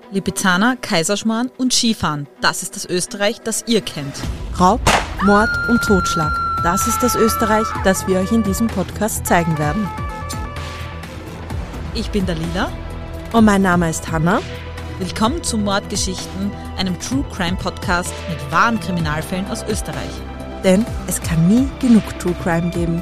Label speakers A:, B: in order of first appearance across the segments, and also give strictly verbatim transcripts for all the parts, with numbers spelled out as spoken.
A: Lipizzaner, Kaiserschmarrn und Skifahren. Das ist das Österreich, das ihr kennt.
B: Raub, Mord und Totschlag. Das ist das Österreich, das wir euch in diesem Podcast zeigen werden.
A: Ich bin Dalila.
B: Und mein Name ist Hanna.
A: Willkommen zu Mordgeschichten, einem True Crime Podcast mit wahren Kriminalfällen aus Österreich.
B: Denn es kann nie genug True Crime geben.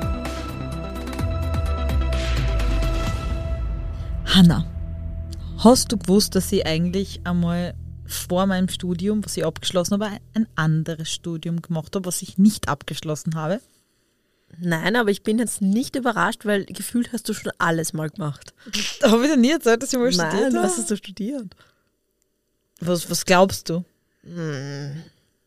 A: Hanna, hast du gewusst, dass ich eigentlich einmal vor meinem Studium, was ich abgeschlossen habe, ein anderes Studium gemacht habe, was ich nicht abgeschlossen habe?
B: Nein, aber ich bin jetzt nicht überrascht, weil gefühlt hast du schon alles mal gemacht.
A: Habe ich dir nie erzählt, dass ich mal
B: Nein,
A: studiert habe?
B: was hast du studiert?
A: Was, was glaubst du?
B: Hm.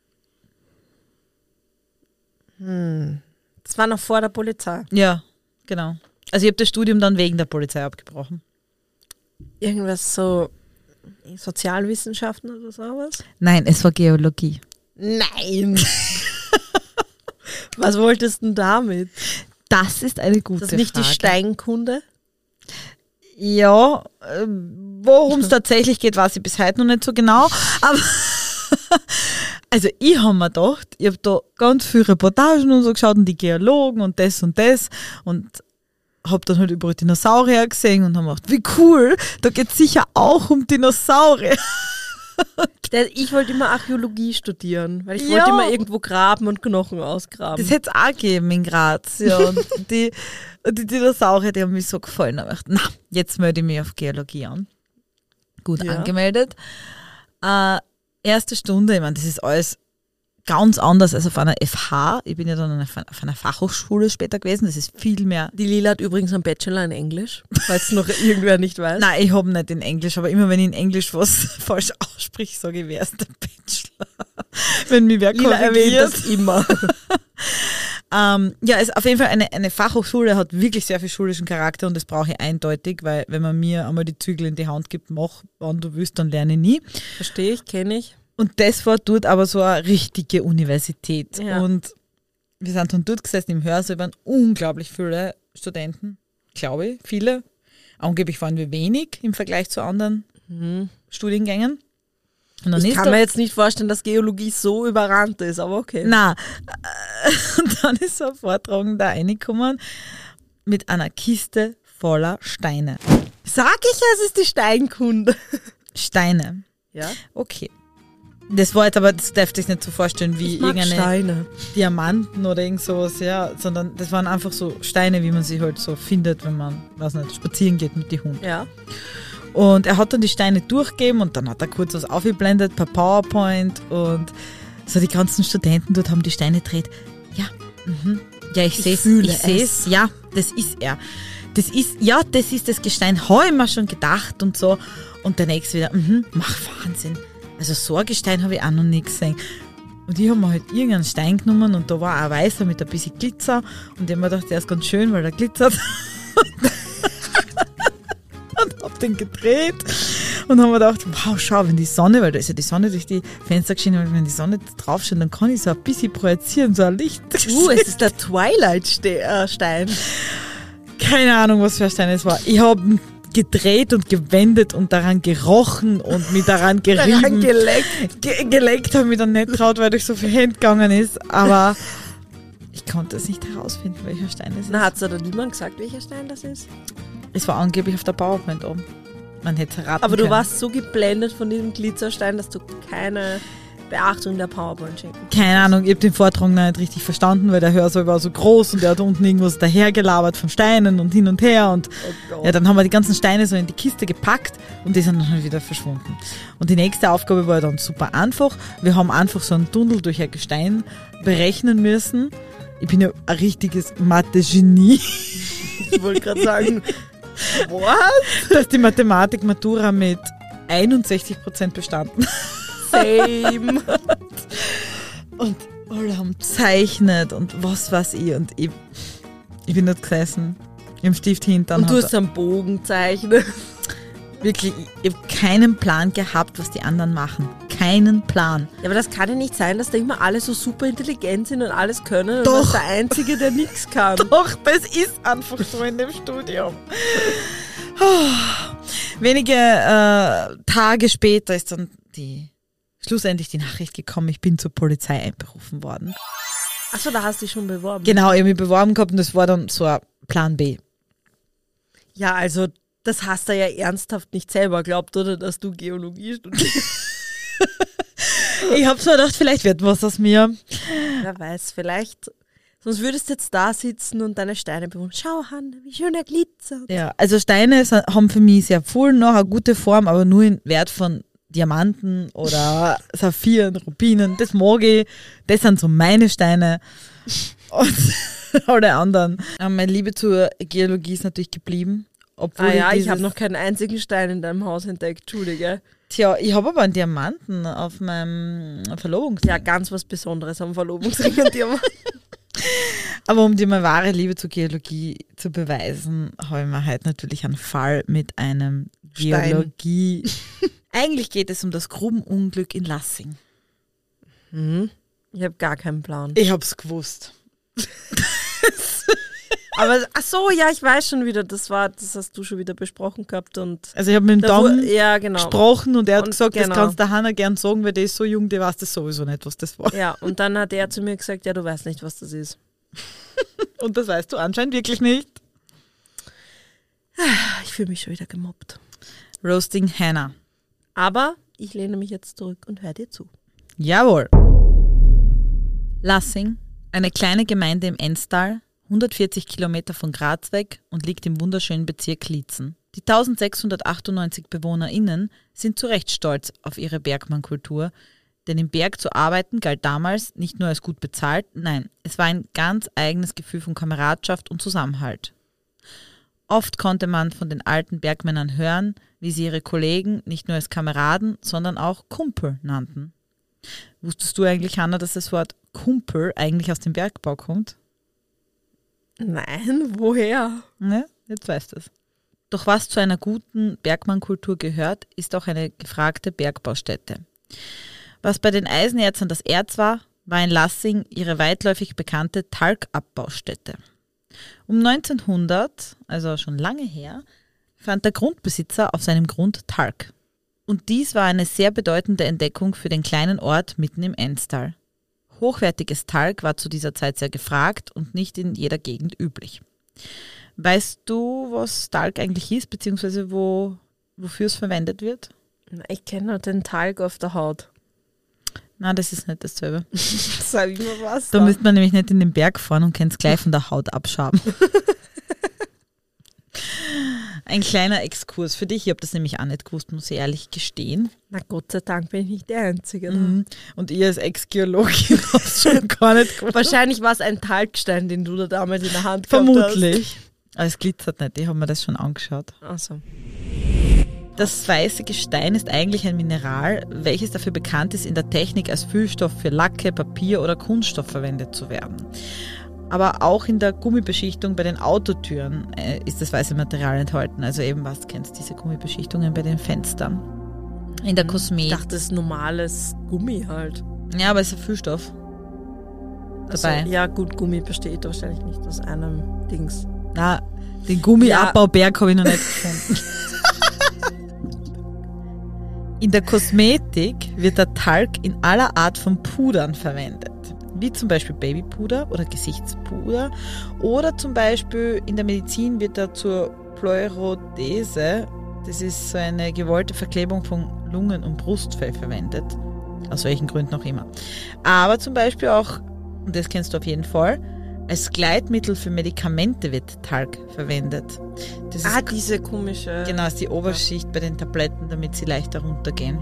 B: Hm. Das war noch vor der Polizei.
A: Ja, genau. Also ich habe das Studium dann wegen der Polizei abgebrochen.
B: Irgendwas so Sozialwissenschaften oder sowas?
A: Nein, es war Geologie.
B: Nein! Was wolltest du denn damit?
A: Das ist eine gute
B: Das ist nicht
A: Frage.
B: die Steinkunde?
A: Ja, äh, worum es tatsächlich geht, weiß ich bis heute noch nicht so genau. Aber also ich habe mir gedacht, ich habe da ganz viele Reportagen und so geschaut und die Geologen und das und das und habe dann halt überall Dinosaurier gesehen und habe mir gedacht, wie cool, da geht es sicher auch um Dinosaurier.
B: Ich wollte immer Archäologie studieren, weil ich
A: Ja.
B: wollte immer irgendwo graben und Knochen ausgraben.
A: Das hätte es auch gegeben in Graz. Ja. Und die, und die Dinosaurier, die haben mich so gefallen. Da habe ich gedacht, na, jetzt melde ich mich auf Geologie an. Gut
B: Ja.
A: angemeldet. Äh, erste Stunde, ich meine, das ist alles ganz anders als auf einer F H. Ich bin ja dann auf einer, auf einer Fachhochschule später gewesen. Das ist viel mehr.
B: Die Lila hat übrigens einen Bachelor in Englisch, falls noch irgendwer nicht weiß.
A: Nein, ich habe nicht in Englisch, aber immer wenn ich in Englisch was falsch ausspreche, sage ich, wer ist der Bachelor? Wenn mich wer
B: Lila erwähnt
A: korrigiert.
B: das immer.
A: Ähm, ja, es auf jeden Fall eine, eine Fachhochschule hat wirklich sehr viel schulischen Charakter und das brauche ich eindeutig, weil wenn man mir einmal die Zügel in die Hand gibt, mach, wann du willst, dann lerne ich nie.
B: Verstehe ich, kenne ich.
A: Und das war dort aber so eine richtige Universität.
B: Ja.
A: Und wir sind dann dort gesessen im Hörsaal, waren unglaublich viele Studenten, glaube ich, viele. Angeblich waren wir wenig im Vergleich zu anderen
B: Mhm.
A: Studiengängen. Und dann
B: Ich
A: ist
B: kann
A: da-
B: mir jetzt nicht vorstellen, dass Geologie so überrannt ist, aber okay.
A: Nein. Und dann ist so ein Vortragender reingekommen mit einer Kiste voller Steine.
B: Sag ich, es ist die Steinkunde.
A: Steine.
B: Ja?
A: Okay. Das war jetzt aber, das darf ich nicht so vorstellen wie
B: Ich mag
A: irgendeine
B: Steine.
A: Diamanten oder irgend sowas, ja, sondern das waren einfach so Steine, wie man sie halt so findet, wenn man, weiß nicht, spazieren geht mit dem Hund.
B: Ja.
A: Und er hat dann die Steine durchgegeben und dann hat er kurz was aufgeblendet per PowerPoint und so die ganzen Studenten dort haben die Steine gedreht. Ja, mhm. Ja, ich,
B: Ich
A: sehe es,
B: fühle
A: ich sehe es, ja, das ist er. Das ist, ja, das ist das Gestein, habe ich mir schon gedacht und so. Und der nächste wieder, mhm, mach Wahnsinn. Also so ein Gestein habe ich auch noch nie gesehen. Und ich habe mir halt irgendeinen Stein genommen und da war auch ein weißer mit ein bisschen Glitzer und ich habe mir gedacht, der ist ganz schön, weil der glitzert. Und hab den gedreht und haben mir gedacht, wow, schau, wenn die Sonne, weil da ist ja die Sonne durch die Fenster geschienen, wenn die Sonne drauf scheint, dann kann ich so ein bisschen projizieren, so ein Licht.
B: Uh, es ist der Twilight-Stein.
A: Keine Ahnung, was für ein Stein es war. Ich habe gedreht und gewendet und daran gerochen und mich daran gerieben.
B: Daran geleckt.
A: Ge geleckt habe ich mich dann nicht traut, weil durch so viel Hände gegangen ist, aber ich konnte es nicht herausfinden, welcher Stein es ist.
B: Na, hat es da niemand gesagt, welcher Stein das ist?
A: Es war angeblich auf der PowerPoint oben. Man hätte es erraten
B: Aber du
A: können.
B: warst so geblendet von diesem Glitzerstein, dass du keine Beachtung der PowerPoint schenken.
A: Keine Ahnung, ich habe den Vortrag noch nicht richtig verstanden, weil der Hörsaal war so groß und der hat unten irgendwas dahergelabert von Steinen und hin und her und
B: Oh Gott.
A: ja, dann haben wir die ganzen Steine so in die Kiste gepackt und die sind dann halt wieder verschwunden. Und die nächste Aufgabe war dann super einfach. Wir haben einfach so einen Tunnel durch ein Gestein berechnen müssen. Ich bin ja ein richtiges Mathe-Genie.
B: Ich wollte gerade sagen, what?
A: Dass die Mathematik-Matura mit einundsechzig Prozent bestanden.
B: Same.
A: Und alle haben gezeichnet und was weiß ich. Und ich, ich bin dort gesessen, im Stift hintern.
B: Und du
A: hab
B: hast einen Bogen zeichnen.
A: wirklich, ich habe keinen Plan gehabt, was die anderen machen. Keinen Plan.
B: Ja, aber das kann ja nicht sein, dass da immer alle so super intelligent sind und alles können. Und
A: Doch.
B: du bist der Einzige, der nichts kann.
A: Doch, das ist einfach so in dem Studium. Wenige äh, Tage später ist dann die schlussendlich die Nachricht gekommen, ich bin zur Polizei einberufen worden.
B: Achso, da hast du dich schon beworben.
A: Genau, ich habe mich beworben gehabt und das war dann so ein Plan B.
B: Ja, also das hast du ja ernsthaft nicht selber glaubt, oder, dass du Geologie studierst.
A: Ich habe so gedacht, vielleicht wird was aus mir.
B: Wer weiß, vielleicht. Sonst würdest du jetzt da sitzen und deine Steine bewundern. Schau, Hanna, wie schön er glitzert.
A: Ja, also Steine sind- haben für mich sehr voll noch eine gute Form, aber nur in Wert von Diamanten oder Saphiren, Rubinen. Das mag ich. Das sind so meine Steine. Und alle anderen. Aber meine Liebe zur Geologie ist natürlich geblieben. Obwohl
B: Ah ja, ich
A: dieses-
B: habe noch keinen einzigen Stein in deinem Haus entdeckt, Entschuldige.
A: Tja, ich habe aber einen Diamanten auf meinem Verlobungsring.
B: Ja, ganz was Besonderes am Verlobungsring und Diamant.
A: Aber um dir meine wahre Liebe zur Geologie zu beweisen, habe ich mir heute natürlich einen Fall mit einem
B: Stein.
A: Geologie. Eigentlich geht es um das Grubenunglück in Lassing.
B: Hm? Ich habe gar keinen Plan.
A: Ich habe es gewusst.
B: Aber ach so, ja, ich weiß schon wieder, das war, das hast du schon wieder besprochen gehabt und
A: Also ich habe mit dem
B: da
A: Dom
B: wu- ja, genau.
A: gesprochen und er hat
B: Und
A: gesagt, das
B: genau.
A: kannst der Hanna gern sagen, weil die ist so jung, die weiß das sowieso nicht, was das war.
B: Ja, und dann hat er zu mir gesagt, ja, du weißt nicht, was das ist.
A: Und das weißt du anscheinend wirklich nicht.
B: Ich fühle mich schon wieder gemobbt.
A: Roasting Hannah.
B: Aber ich lehne mich jetzt zurück und höre dir zu.
A: Jawohl. Lassing, eine kleine Gemeinde im Enstal, hundertvierzig Kilometer von Graz weg und liegt im wunderschönen Bezirk Liezen. Die eintausendsechshundertachtundneunzig BewohnerInnen sind zu Recht stolz auf ihre Bergmannkultur, denn im Berg zu arbeiten galt damals nicht nur als gut bezahlt, nein, es war ein ganz eigenes Gefühl von Kameradschaft und Zusammenhalt. Oft konnte man von den alten Bergmännern hören, wie sie ihre Kollegen nicht nur als Kameraden, sondern auch Kumpel nannten. Wusstest du eigentlich, Hanna, dass das Wort Kumpel eigentlich aus dem Bergbau kommt?
B: Nein, woher?
A: Ne? Jetzt weißt du es. Doch was zu einer guten Bergmannkultur gehört, ist auch eine gefragte Bergbaustätte. Was bei den Eisenerzern das Erz war, war in Lassing ihre weitläufig bekannte Talgabbaustätte. Um neunzehnhundert, also schon lange her, fand der Grundbesitzer auf seinem Grund Talg. Und dies war eine sehr bedeutende Entdeckung für den kleinen Ort mitten im Enstal. Hochwertiges Talg war zu dieser Zeit sehr gefragt und nicht in jeder Gegend üblich. Weißt du, was Talg eigentlich ist, beziehungsweise wo, wofür es verwendet wird?
B: Ich kenne nur den Talg auf der Haut.
A: Nein, das ist nicht dasselbe.
B: Sag ich mal was.
A: Da müsste man nämlich nicht in den Berg fahren und kann es gleich von der Haut abschaben. Ein kleiner Exkurs für dich. Ich habe das nämlich auch nicht gewusst, muss ich ehrlich gestehen.
B: Na Gott sei Dank bin ich nicht der Einzige.
A: Mhm. Und ihr als Ex-Geologin habt es schon gar nicht gewusst.
B: Wahrscheinlich war es ein Talgstein, den du da damals in der Hand gehabt hast.
A: Vermutlich. Aber es glitzert nicht, ich habe mir das schon angeschaut.
B: Also.
A: Das weiße Gestein ist eigentlich ein Mineral, welches dafür bekannt ist, in der Technik als Füllstoff für Lacke, Papier oder Kunststoff verwendet zu werden. Aber auch in der Gummibeschichtung bei den Autotüren äh, ist das weiße Material enthalten. Also eben, was kennst diese Gummibeschichtungen bei den Fenstern. In der
B: Ich
A: Kosmetik.
B: dachte, das ist normales Gummi halt.
A: Ja, aber es ist ein Füllstoff dabei.
B: Also, ja, gut, Gummi besteht wahrscheinlich nicht aus einem Dings.
A: Na, den Gummiabbauberg habe ich noch nicht gefunden. In der Kosmetik wird der Talg in aller Art von Pudern verwendet, wie zum Beispiel Babypuder oder Gesichtspuder, oder zum Beispiel in der Medizin wird er zur Pleurodese, das ist so eine gewollte Verklebung von Lungen- und Brustfell verwendet, aus welchen Gründen auch immer. Aber zum Beispiel auch, und das kennst du auf jeden Fall, als Gleitmittel für Medikamente wird Talg verwendet. Das
B: Ah,
A: ist
B: diese komische...
A: Genau, ist die Oberschicht bei den Tabletten, damit sie leichter runtergehen.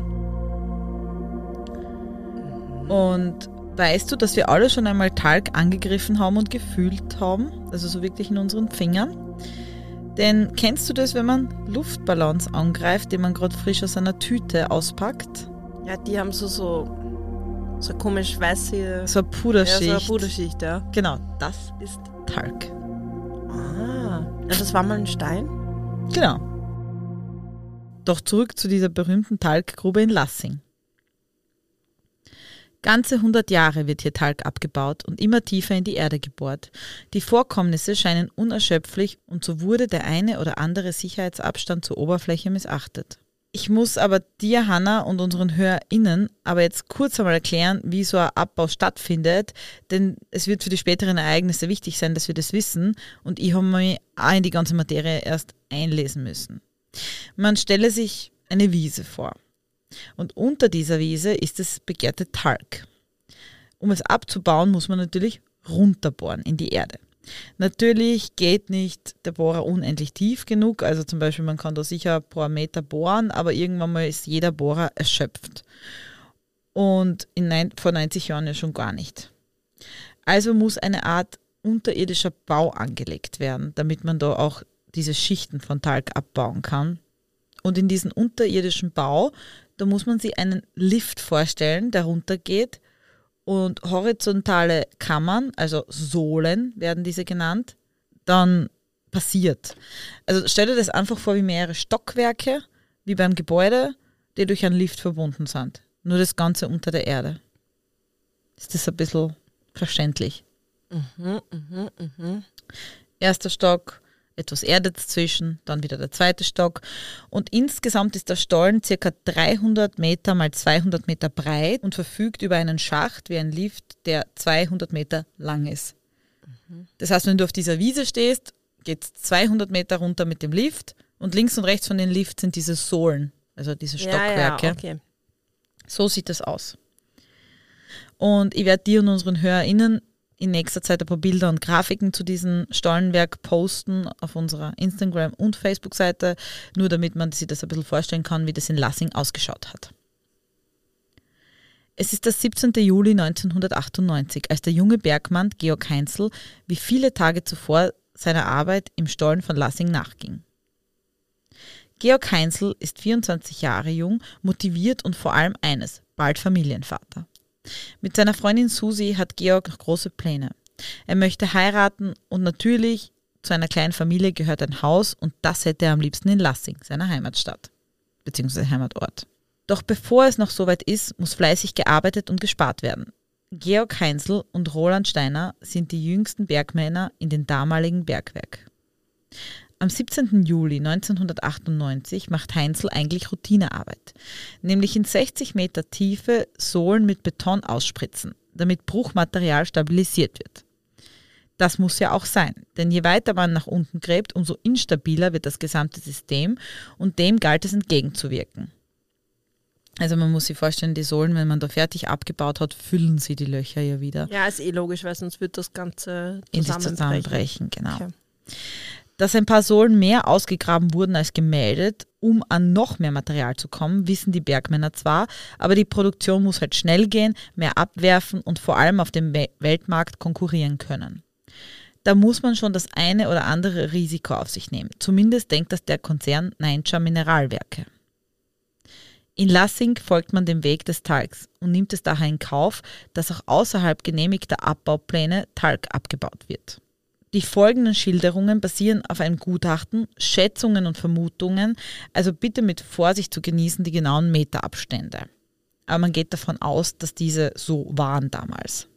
A: Und weißt du, dass wir alle schon einmal Talg angegriffen haben und gefühlt haben? Also so wirklich in unseren Fingern? Denn kennst du das, wenn man Luftballons angreift, die man gerade frisch aus einer Tüte auspackt?
B: Ja, die haben so, so, so komisch weiße...
A: So eine Puderschicht.
B: Ja, so eine Puderschicht, ja.
A: Genau, das ist Talg.
B: Ah, ja, das war mal ein Stein?
A: Genau. Doch zurück zu dieser berühmten Talggrube in Lassing. Ganze hundert Jahre wird hier Talg abgebaut und immer tiefer in die Erde gebohrt. Die Vorkommnisse scheinen unerschöpflich und so wurde der eine oder andere Sicherheitsabstand zur Oberfläche missachtet. Ich muss aber dir, Hanna, und unseren HörerInnen aber jetzt kurz einmal erklären, wie so ein Abbau stattfindet, denn es wird für die späteren Ereignisse wichtig sein, dass wir das wissen und ich habe mich auch in die ganze Materie erst einlesen müssen. Man stelle sich eine Wiese vor und unter dieser Wiese ist das begehrte Talg. Um es abzubauen, muss man natürlich runterbohren in die Erde. Natürlich geht nicht der Bohrer unendlich tief genug, also zum Beispiel man kann da sicher ein paar Meter bohren, aber irgendwann mal ist jeder Bohrer erschöpft. Und in nein, vor neunzig Jahren ja schon gar nicht. Also muss eine Art unterirdischer Bau angelegt werden, damit man da auch diese Schichten von Talg abbauen kann. Und in diesem unterirdischen Bau, da muss man sich einen Lift vorstellen, der runtergeht. Und horizontale Kammern, also Sohlen werden diese genannt, dann passiert. Also stell dir das einfach vor wie mehrere Stockwerke, wie beim Gebäude, die durch einen Lift verbunden sind. Nur das Ganze unter der Erde. Ist das ein bisschen verständlich?
B: Mhm, mhm, mhm.
A: Erster Stock, etwas Erde dazwischen, dann wieder der zweite Stock. Und insgesamt ist der Stollen ca. dreihundert Meter mal zweihundert Meter breit und verfügt über einen Schacht wie ein Lift, der zweihundert Meter lang ist. Mhm. Das heißt, wenn du auf dieser Wiese stehst, geht es zweihundert Meter runter mit dem Lift und links und rechts von dem Lift sind diese Sohlen, also diese Stockwerke.
B: Ja, ja, okay.
A: So sieht das aus. Und ich werde dir und unseren HörerInnen in nächster Zeit ein paar Bilder und Grafiken zu diesem Stollenwerk posten auf unserer Instagram- und Facebook-Seite, nur damit man sich das ein bisschen vorstellen kann, wie das in Lassing ausgeschaut hat. Es ist der siebzehnten Juli neunzehnhundertachtundneunzig, als der junge Bergmann Georg Heinzl wie viele Tage zuvor seiner Arbeit im Stollen von Lassing nachging. Georg Heinzl ist vierundzwanzig Jahre jung, motiviert und vor allem eines, bald Familienvater. Mit seiner Freundin Susi hat Georg noch große Pläne. Er möchte heiraten und natürlich zu einer kleinen Familie gehört ein Haus und das hätte er am liebsten in Lassing, seiner Heimatstadt bzw. Heimatort. Doch bevor es noch soweit ist, muss fleißig gearbeitet und gespart werden. Georg Heinzl und Roland Steiner sind die jüngsten Bergmänner in den damaligen Bergwerk. Am siebzehnten Juli neunzehnhundertachtundneunzig macht Heinzl eigentlich Routinearbeit, nämlich in sechzig Meter Tiefe Sohlen mit Beton ausspritzen, damit Bruchmaterial stabilisiert wird. Das muss ja auch sein, denn je weiter man nach unten gräbt, umso instabiler wird das gesamte System und dem galt es entgegenzuwirken. Also man muss sich vorstellen, die Sohlen, wenn man da fertig abgebaut hat, füllen sie die Löcher ja wieder.
B: Ja, ist eh logisch, weil sonst wird das Ganze
A: in
B: zusammenbrechen.
A: sich zusammenbrechen, genau.
B: Okay.
A: Dass ein paar Sohlen mehr ausgegraben wurden als gemeldet, um an noch mehr Material zu kommen, wissen die Bergmänner zwar, aber die Produktion muss halt schnell gehen, mehr abwerfen und vor allem auf dem Weltmarkt konkurrieren können. Da muss man schon das eine oder andere Risiko auf sich nehmen. Zumindest denkt das der Konzern Neinscher Mineralwerke. In Lassing folgt man dem Weg des Talgs und nimmt es daher in Kauf, dass auch außerhalb genehmigter Abbaupläne Talg abgebaut wird. Die folgenden Schilderungen basieren auf einem Gutachten, Schätzungen und Vermutungen, also bitte mit Vorsicht zu genießen die genauen Meterabstände. Aber man geht davon aus, dass diese so waren damals.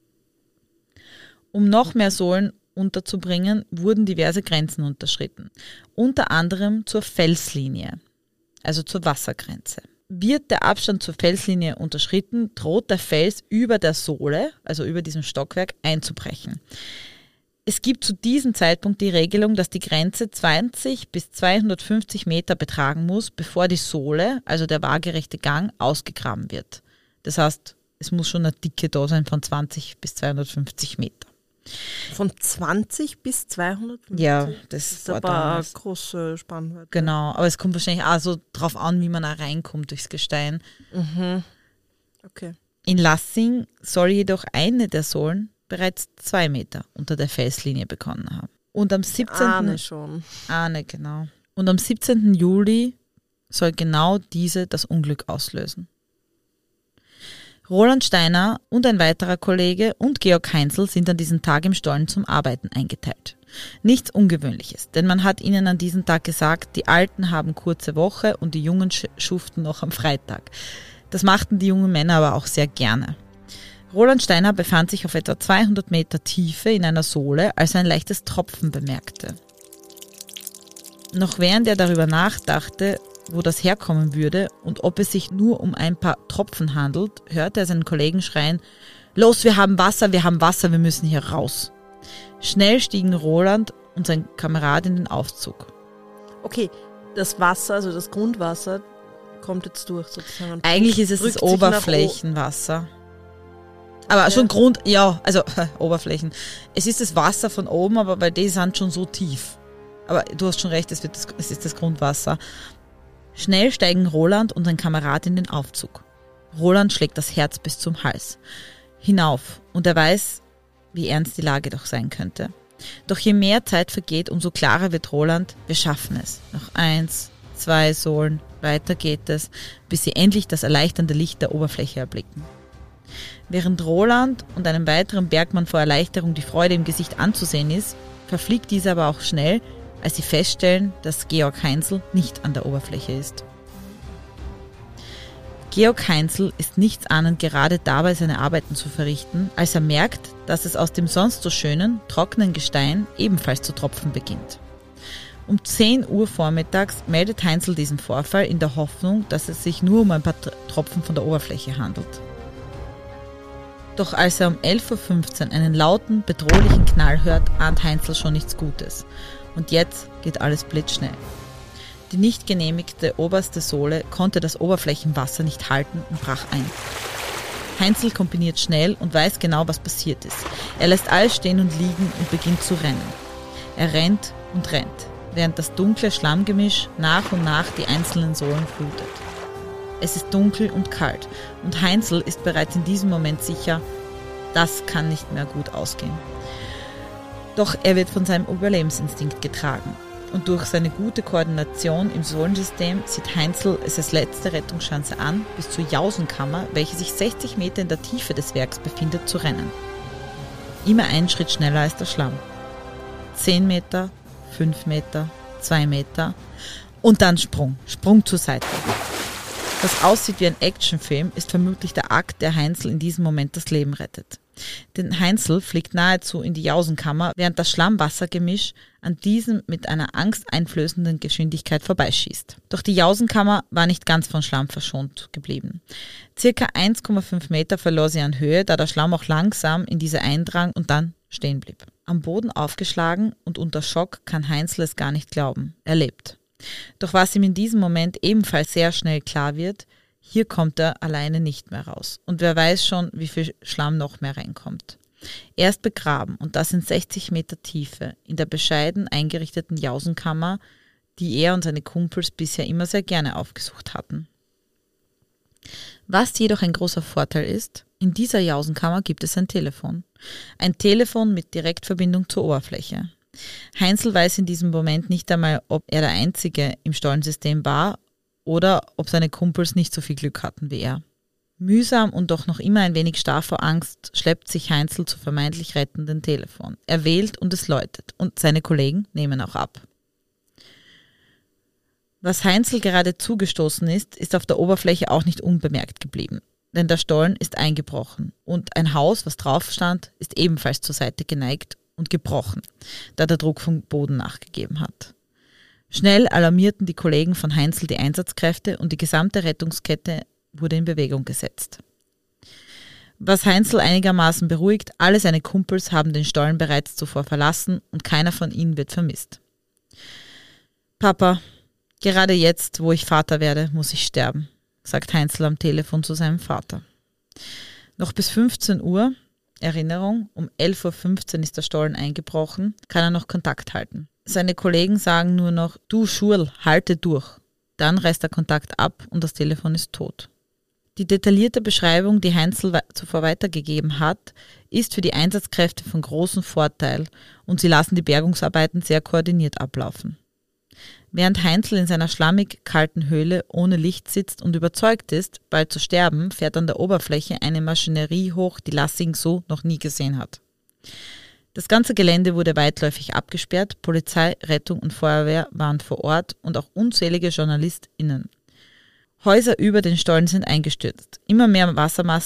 A: Um noch mehr Sohlen unterzubringen, wurden diverse Grenzen unterschritten, unter anderem zur Felslinie, also zur Wassergrenze. Wird der Abstand zur Felslinie unterschritten, droht der Fels über der Sohle, also über diesem Stockwerk, einzubrechen. Es gibt zu diesem Zeitpunkt die Regelung, dass die Grenze zwanzig bis zweihundertfünfzig Meter betragen muss, bevor die Sohle, also der waagerechte Gang, ausgegraben wird. Das heißt, es muss schon eine Dicke da sein von zwanzig bis zweihundertfünfzig Meter.
B: Von zwanzig bis zweihundertfünfzig?
A: Ja, das,
B: das ist
A: war
B: aber
A: damals.
B: eine große Spannweite.
A: Genau, aber es kommt wahrscheinlich auch so drauf an, wie man da reinkommt durchs Gestein.
B: Mhm. Okay.
A: In Lassing soll jedoch eine der Sohlen bereits zwei Meter unter der Felslinie begonnen haben. Und am siebzehnten
B: Ahne schon.
A: Ahne, genau. Und am siebzehnten Juli soll genau diese das Unglück auslösen. Roland Steiner und ein weiterer Kollege und Georg Heinzl sind an diesem Tag im Stollen zum Arbeiten eingeteilt. Nichts Ungewöhnliches, denn man hat ihnen an diesem Tag gesagt, die Alten haben kurze Woche und die Jungen schuften noch am Freitag. Das machten die jungen Männer aber auch sehr gerne. Roland Steiner befand sich auf etwa zweihundert Meter Tiefe in einer Sohle, als er ein leichtes Tropfen bemerkte. Noch während er darüber nachdachte, wo das herkommen würde und ob es sich nur um ein paar Tropfen handelt, hörte er seinen Kollegen schreien: Los, wir haben Wasser, wir haben Wasser, wir müssen hier raus. Schnell stiegen Roland und sein Kamerad in den Aufzug.
B: Okay, das Wasser, also das Grundwasser, kommt jetzt durch sozusagen.
A: Eigentlich ist es das Oberflächenwasser. Aber ja. schon Grund, ja, also äh, Oberflächen. Es ist das Wasser von oben, aber weil die sind schon so tief. Aber du hast schon recht, es, wird das, es ist das Grundwasser. Schnell steigen Roland und sein Kamerad in den Aufzug. Roland schlägt das Herz bis zum Hals hinauf und er weiß, wie ernst die Lage doch sein könnte. Doch je mehr Zeit vergeht, umso klarer wird Roland, wir schaffen es. Noch eins, zwei Sohlen, weiter geht es, bis sie endlich das erleichternde Licht der Oberfläche erblicken. Während Roland und einem weiteren Bergmann vor Erleichterung die Freude im Gesicht anzusehen ist, verfliegt diese aber auch schnell, als sie feststellen, dass Georg Heinzel nicht an der Oberfläche ist. Georg Heinzel ist nichtsahnend gerade dabei, seine Arbeiten zu verrichten, als er merkt, dass es aus dem sonst so schönen, trockenen Gestein ebenfalls zu tropfen beginnt. Um zehn Uhr vormittags meldet Heinzel diesen Vorfall in der Hoffnung, dass es sich nur um ein paar Tropfen von der Oberfläche handelt. Doch als er um elf Uhr fünfzehn einen lauten, bedrohlichen Knall hört, ahnt Heinzel schon nichts Gutes. Und jetzt geht alles blitzschnell. Die nicht genehmigte oberste Sohle konnte das Oberflächenwasser nicht halten und brach ein. Heinzel kombiniert schnell und weiß genau, was passiert ist. Er lässt alles stehen und liegen und beginnt zu rennen. Er rennt und rennt, während das dunkle Schlammgemisch nach und nach die einzelnen Sohlen flutet. Es ist dunkel und kalt und Heinzel ist bereits in diesem Moment sicher, das kann nicht mehr gut ausgehen. Doch er wird von seinem Überlebensinstinkt getragen und durch seine gute Koordination im Sohlensystem sieht Heinzel es als letzte Rettungschance an, bis zur Jausenkammer, welche sich sechzig Meter in der Tiefe des Werks befindet, zu rennen. Immer einen Schritt schneller als der Schlamm. Zehn Meter, fünf Meter, zwei Meter und dann Sprung, Sprung zur Seite. Was aussieht wie ein Actionfilm, ist vermutlich der Akt, der Heinzel in diesem Moment das Leben rettet. Denn Heinzel fliegt nahezu in die Jausenkammer, während das Schlammwassergemisch an diesem mit einer angsteinflößenden Geschwindigkeit vorbeischießt. Doch die Jausenkammer war nicht ganz von Schlamm verschont geblieben. Circa eins Komma fünf Meter verlor sie an Höhe, da der Schlamm auch langsam in diese eindrang und dann stehen blieb. Am Boden aufgeschlagen und unter Schock kann Heinzel es gar nicht glauben. Er lebt. Doch was ihm in diesem Moment ebenfalls sehr schnell klar wird, hier kommt er alleine nicht mehr raus. Und wer weiß schon, wie viel Schlamm noch mehr reinkommt. Er ist begraben und das in sechzig Meter Tiefe, in der bescheiden eingerichteten Jausenkammer, die er und seine Kumpels bisher immer sehr gerne aufgesucht hatten. Was jedoch ein großer Vorteil ist, in dieser Jausenkammer gibt es ein Telefon. Ein Telefon mit Direktverbindung zur Oberfläche. Heinzel weiß in diesem Moment nicht einmal, ob er der Einzige im Stollensystem war oder ob seine Kumpels nicht so viel Glück hatten wie er. Mühsam und doch noch immer ein wenig starr vor Angst schleppt sich Heinzel zu vermeintlich rettenden Telefon. Er wählt und es läutet und seine Kollegen nehmen auch ab. Was Heinzel gerade zugestoßen ist, ist auf der Oberfläche auch nicht unbemerkt geblieben. Denn der Stollen ist eingebrochen und ein Haus, was drauf stand, ist ebenfalls zur Seite geneigt und gebrochen, da der Druck vom Boden nachgegeben hat. Schnell alarmierten die Kollegen von Heinzel die Einsatzkräfte und die gesamte Rettungskette wurde in Bewegung gesetzt. Was Heinzel einigermaßen beruhigt, alle seine Kumpels haben den Stollen bereits zuvor verlassen und keiner von ihnen wird vermisst. Papa, gerade jetzt, wo ich Vater werde, muss ich sterben, sagt Heinzel am Telefon zu seinem Vater. Noch bis fünfzehn Uhr, Erinnerung, um elf Uhr fünfzehn ist der Stollen eingebrochen, kann er noch Kontakt halten. Seine Kollegen sagen nur noch, du Schurl, halte durch. Dann reißt der Kontakt ab und das Telefon ist tot. Die detaillierte Beschreibung, die Heinzel zuvor weitergegeben hat, ist für die Einsatzkräfte von großem Vorteil und sie lassen die Bergungsarbeiten sehr koordiniert ablaufen. Während Heinzel in seiner schlammig kalten Höhle ohne Licht sitzt und überzeugt ist, bald zu sterben, fährt an der Oberfläche eine Maschinerie hoch, die Lassing so noch nie gesehen hat. Das ganze Gelände wurde weitläufig abgesperrt, Polizei, Rettung und Feuerwehr waren vor Ort und auch unzählige JournalistInnen. Häuser über den Stollen sind eingestürzt. Immer mehr Wassermassen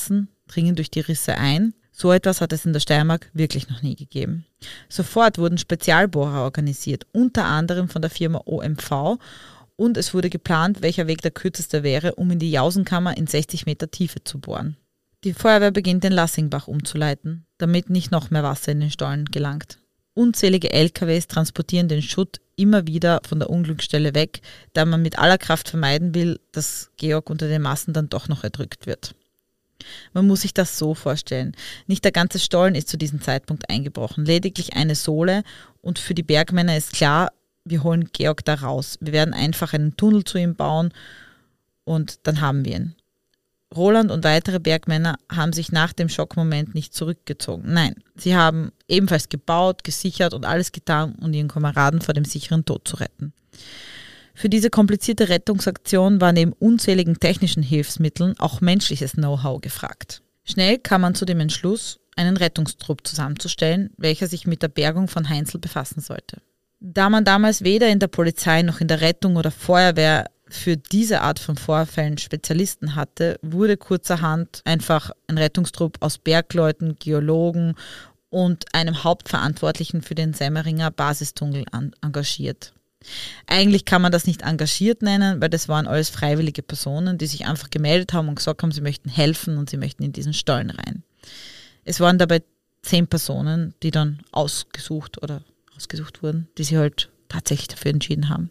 A: dringen durch die Risse ein. So etwas hat es in der Steiermark wirklich noch nie gegeben. Sofort wurden Spezialbohrer organisiert, unter anderem von der Firma O M V, und es wurde geplant, welcher Weg der kürzeste wäre, um in die Jausenkammer in sechzig Meter Tiefe zu bohren. Die Feuerwehr beginnt, den Lassingbach umzuleiten, damit nicht noch mehr Wasser in den Stollen gelangt. Unzählige L K Ws transportieren den Schutt immer wieder von der Unglücksstelle weg, da man mit aller Kraft vermeiden will, dass Georg unter den Massen dann doch noch erdrückt wird. Man muss sich das so vorstellen. Nicht der ganze Stollen ist zu diesem Zeitpunkt eingebrochen, lediglich eine Sohle, und für die Bergmänner ist klar, wir holen Georg da raus. Wir werden einfach einen Tunnel zu ihm bauen und dann haben wir ihn. Roland und weitere Bergmänner haben sich nach dem Schockmoment nicht zurückgezogen. Nein, sie haben ebenfalls gebaut, gesichert und alles getan, um ihren Kameraden vor dem sicheren Tod zu retten. Für diese komplizierte Rettungsaktion war neben unzähligen technischen Hilfsmitteln auch menschliches Know-how gefragt. Schnell kam man zu dem Entschluss, einen Rettungstrupp zusammenzustellen, welcher sich mit der Bergung von Heinzel befassen sollte. Da man damals weder in der Polizei noch in der Rettung oder Feuerwehr für diese Art von Vorfällen Spezialisten hatte, wurde kurzerhand einfach ein Rettungstrupp aus Bergleuten, Geologen und einem Hauptverantwortlichen für den Semmeringer Basistunnel an- engagiert. Eigentlich kann man das nicht engagiert nennen, weil das waren alles freiwillige Personen, die sich einfach gemeldet haben und gesagt haben, sie möchten helfen und sie möchten in diesen Stollen rein. Es waren dabei zehn Personen, die dann ausgesucht oder ausgesucht wurden, die sich halt tatsächlich dafür entschieden haben.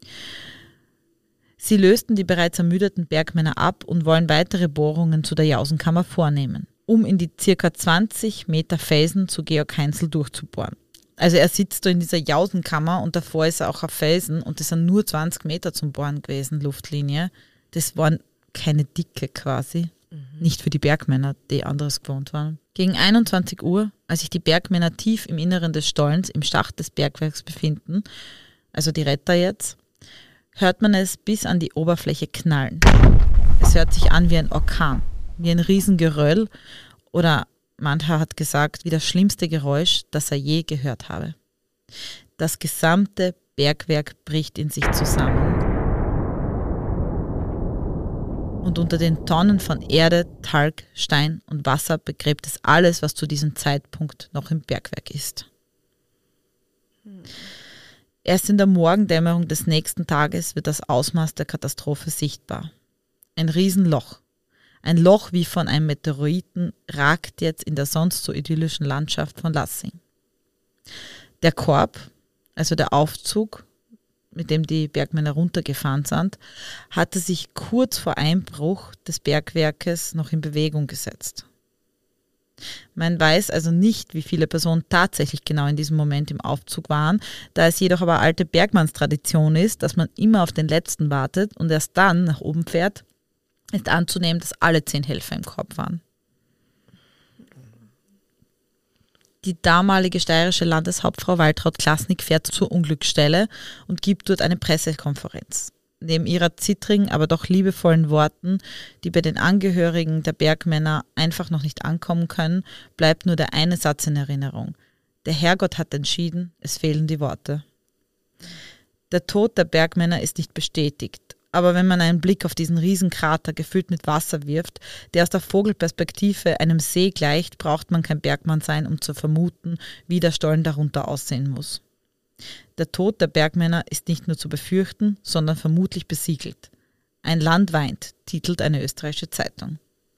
A: Sie lösten die bereits ermüdeten Bergmänner ab und wollen weitere Bohrungen zu der Jausenkammer vornehmen, um in die circa zwanzig Meter Felsen zu Georg Heinzel durchzubohren. Also er sitzt da in dieser Jausenkammer und davor ist er auch auf Felsen und das sind nur zwanzig Meter zum Bohren gewesen, Luftlinie. Das waren keine Dicke quasi, mhm. Nicht für die Bergmänner, die anderes gewohnt waren. Gegen einundzwanzig Uhr, als sich die Bergmänner tief im Inneren des Stollens im Schacht des Bergwerks befinden, also die Retter jetzt, hört man es bis an die Oberfläche knallen. Es hört sich an wie ein Orkan, wie ein Riesengeröll oder mancher hat gesagt, wie das schlimmste Geräusch, das er je gehört habe. Das gesamte Bergwerk bricht in sich zusammen. Und unter den Tonnen von Erde, Talg, Stein und Wasser begräbt es alles, was zu diesem Zeitpunkt noch im Bergwerk ist. Hm. Erst in der Morgendämmerung des nächsten Tages wird das Ausmaß der Katastrophe sichtbar. Ein Riesenloch. Ein Loch wie von einem Meteoriten ragt jetzt in der sonst so idyllischen Landschaft von Lassing. Der Korb, also der Aufzug, mit dem die Bergmänner runtergefahren sind, hatte sich kurz vor Einbruch des Bergwerkes noch in Bewegung gesetzt. Man weiß also nicht, wie viele Personen tatsächlich genau in diesem Moment im Aufzug waren, da es jedoch aber alte Bergmannstradition ist, dass man immer auf den Letzten wartet und erst dann nach oben fährt, ist anzunehmen, dass alle zehn Helfer im Korb waren. Die damalige steirische Landeshauptfrau Waltraud Klasnick fährt zur Unglücksstelle und gibt dort eine Pressekonferenz. Neben ihrer zittrigen, aber doch liebevollen Worten, die bei den Angehörigen der Bergmänner einfach noch nicht ankommen können, bleibt nur der eine Satz in Erinnerung. Der Herrgott hat entschieden, es fehlen die Worte. Der Tod der Bergmänner ist nicht bestätigt. Aber wenn man einen Blick auf diesen Riesenkrater gefüllt mit Wasser wirft, der aus der Vogelperspektive einem See gleicht, braucht man kein Bergmann sein, um zu vermuten, wie der Stollen darunter aussehen muss. Der Tod der Bergmänner ist nicht nur zu befürchten, sondern vermutlich besiegelt. Ein Land weint, titelt eine österreichische Zeitung.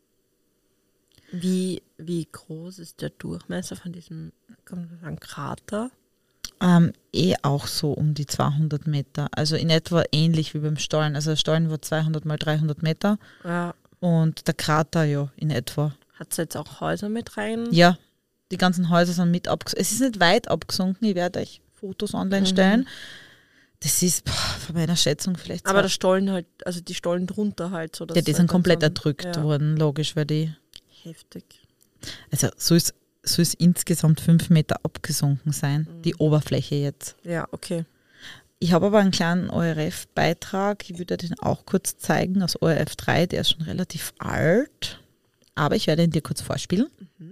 B: Wie, wie groß ist der Durchmesser von diesem, kann man sagen, Krater?
A: Ähm, eh auch so um die zweihundert Meter. Also in etwa ähnlich wie beim Stollen. Also der Stollen war zweihundert mal dreihundert Meter.
B: Ja.
A: Und der Krater ja in etwa.
B: Hat es jetzt auch Häuser mit rein?
A: Ja, die ganzen Häuser sind mit abgesunken. Es ist nicht weit abgesunken. Ich werde euch Fotos online stellen. Mhm. Das ist boah, von meiner Schätzung vielleicht.
B: Aber der Stollen halt, also die Stollen drunter halt. So,
A: ja, die sind komplett
B: so,
A: erdrückt
B: ja.
A: worden, logisch, weil die.
B: Heftig.
A: Also so ist soll es insgesamt fünf Meter abgesunken sein, mhm. die Oberfläche jetzt.
B: Ja, okay.
A: Ich habe aber einen kleinen O R F-Beitrag, ich würde den auch kurz zeigen, aus O R F drei, der ist schon relativ alt, aber ich werde ihn dir kurz vorspielen. Mhm.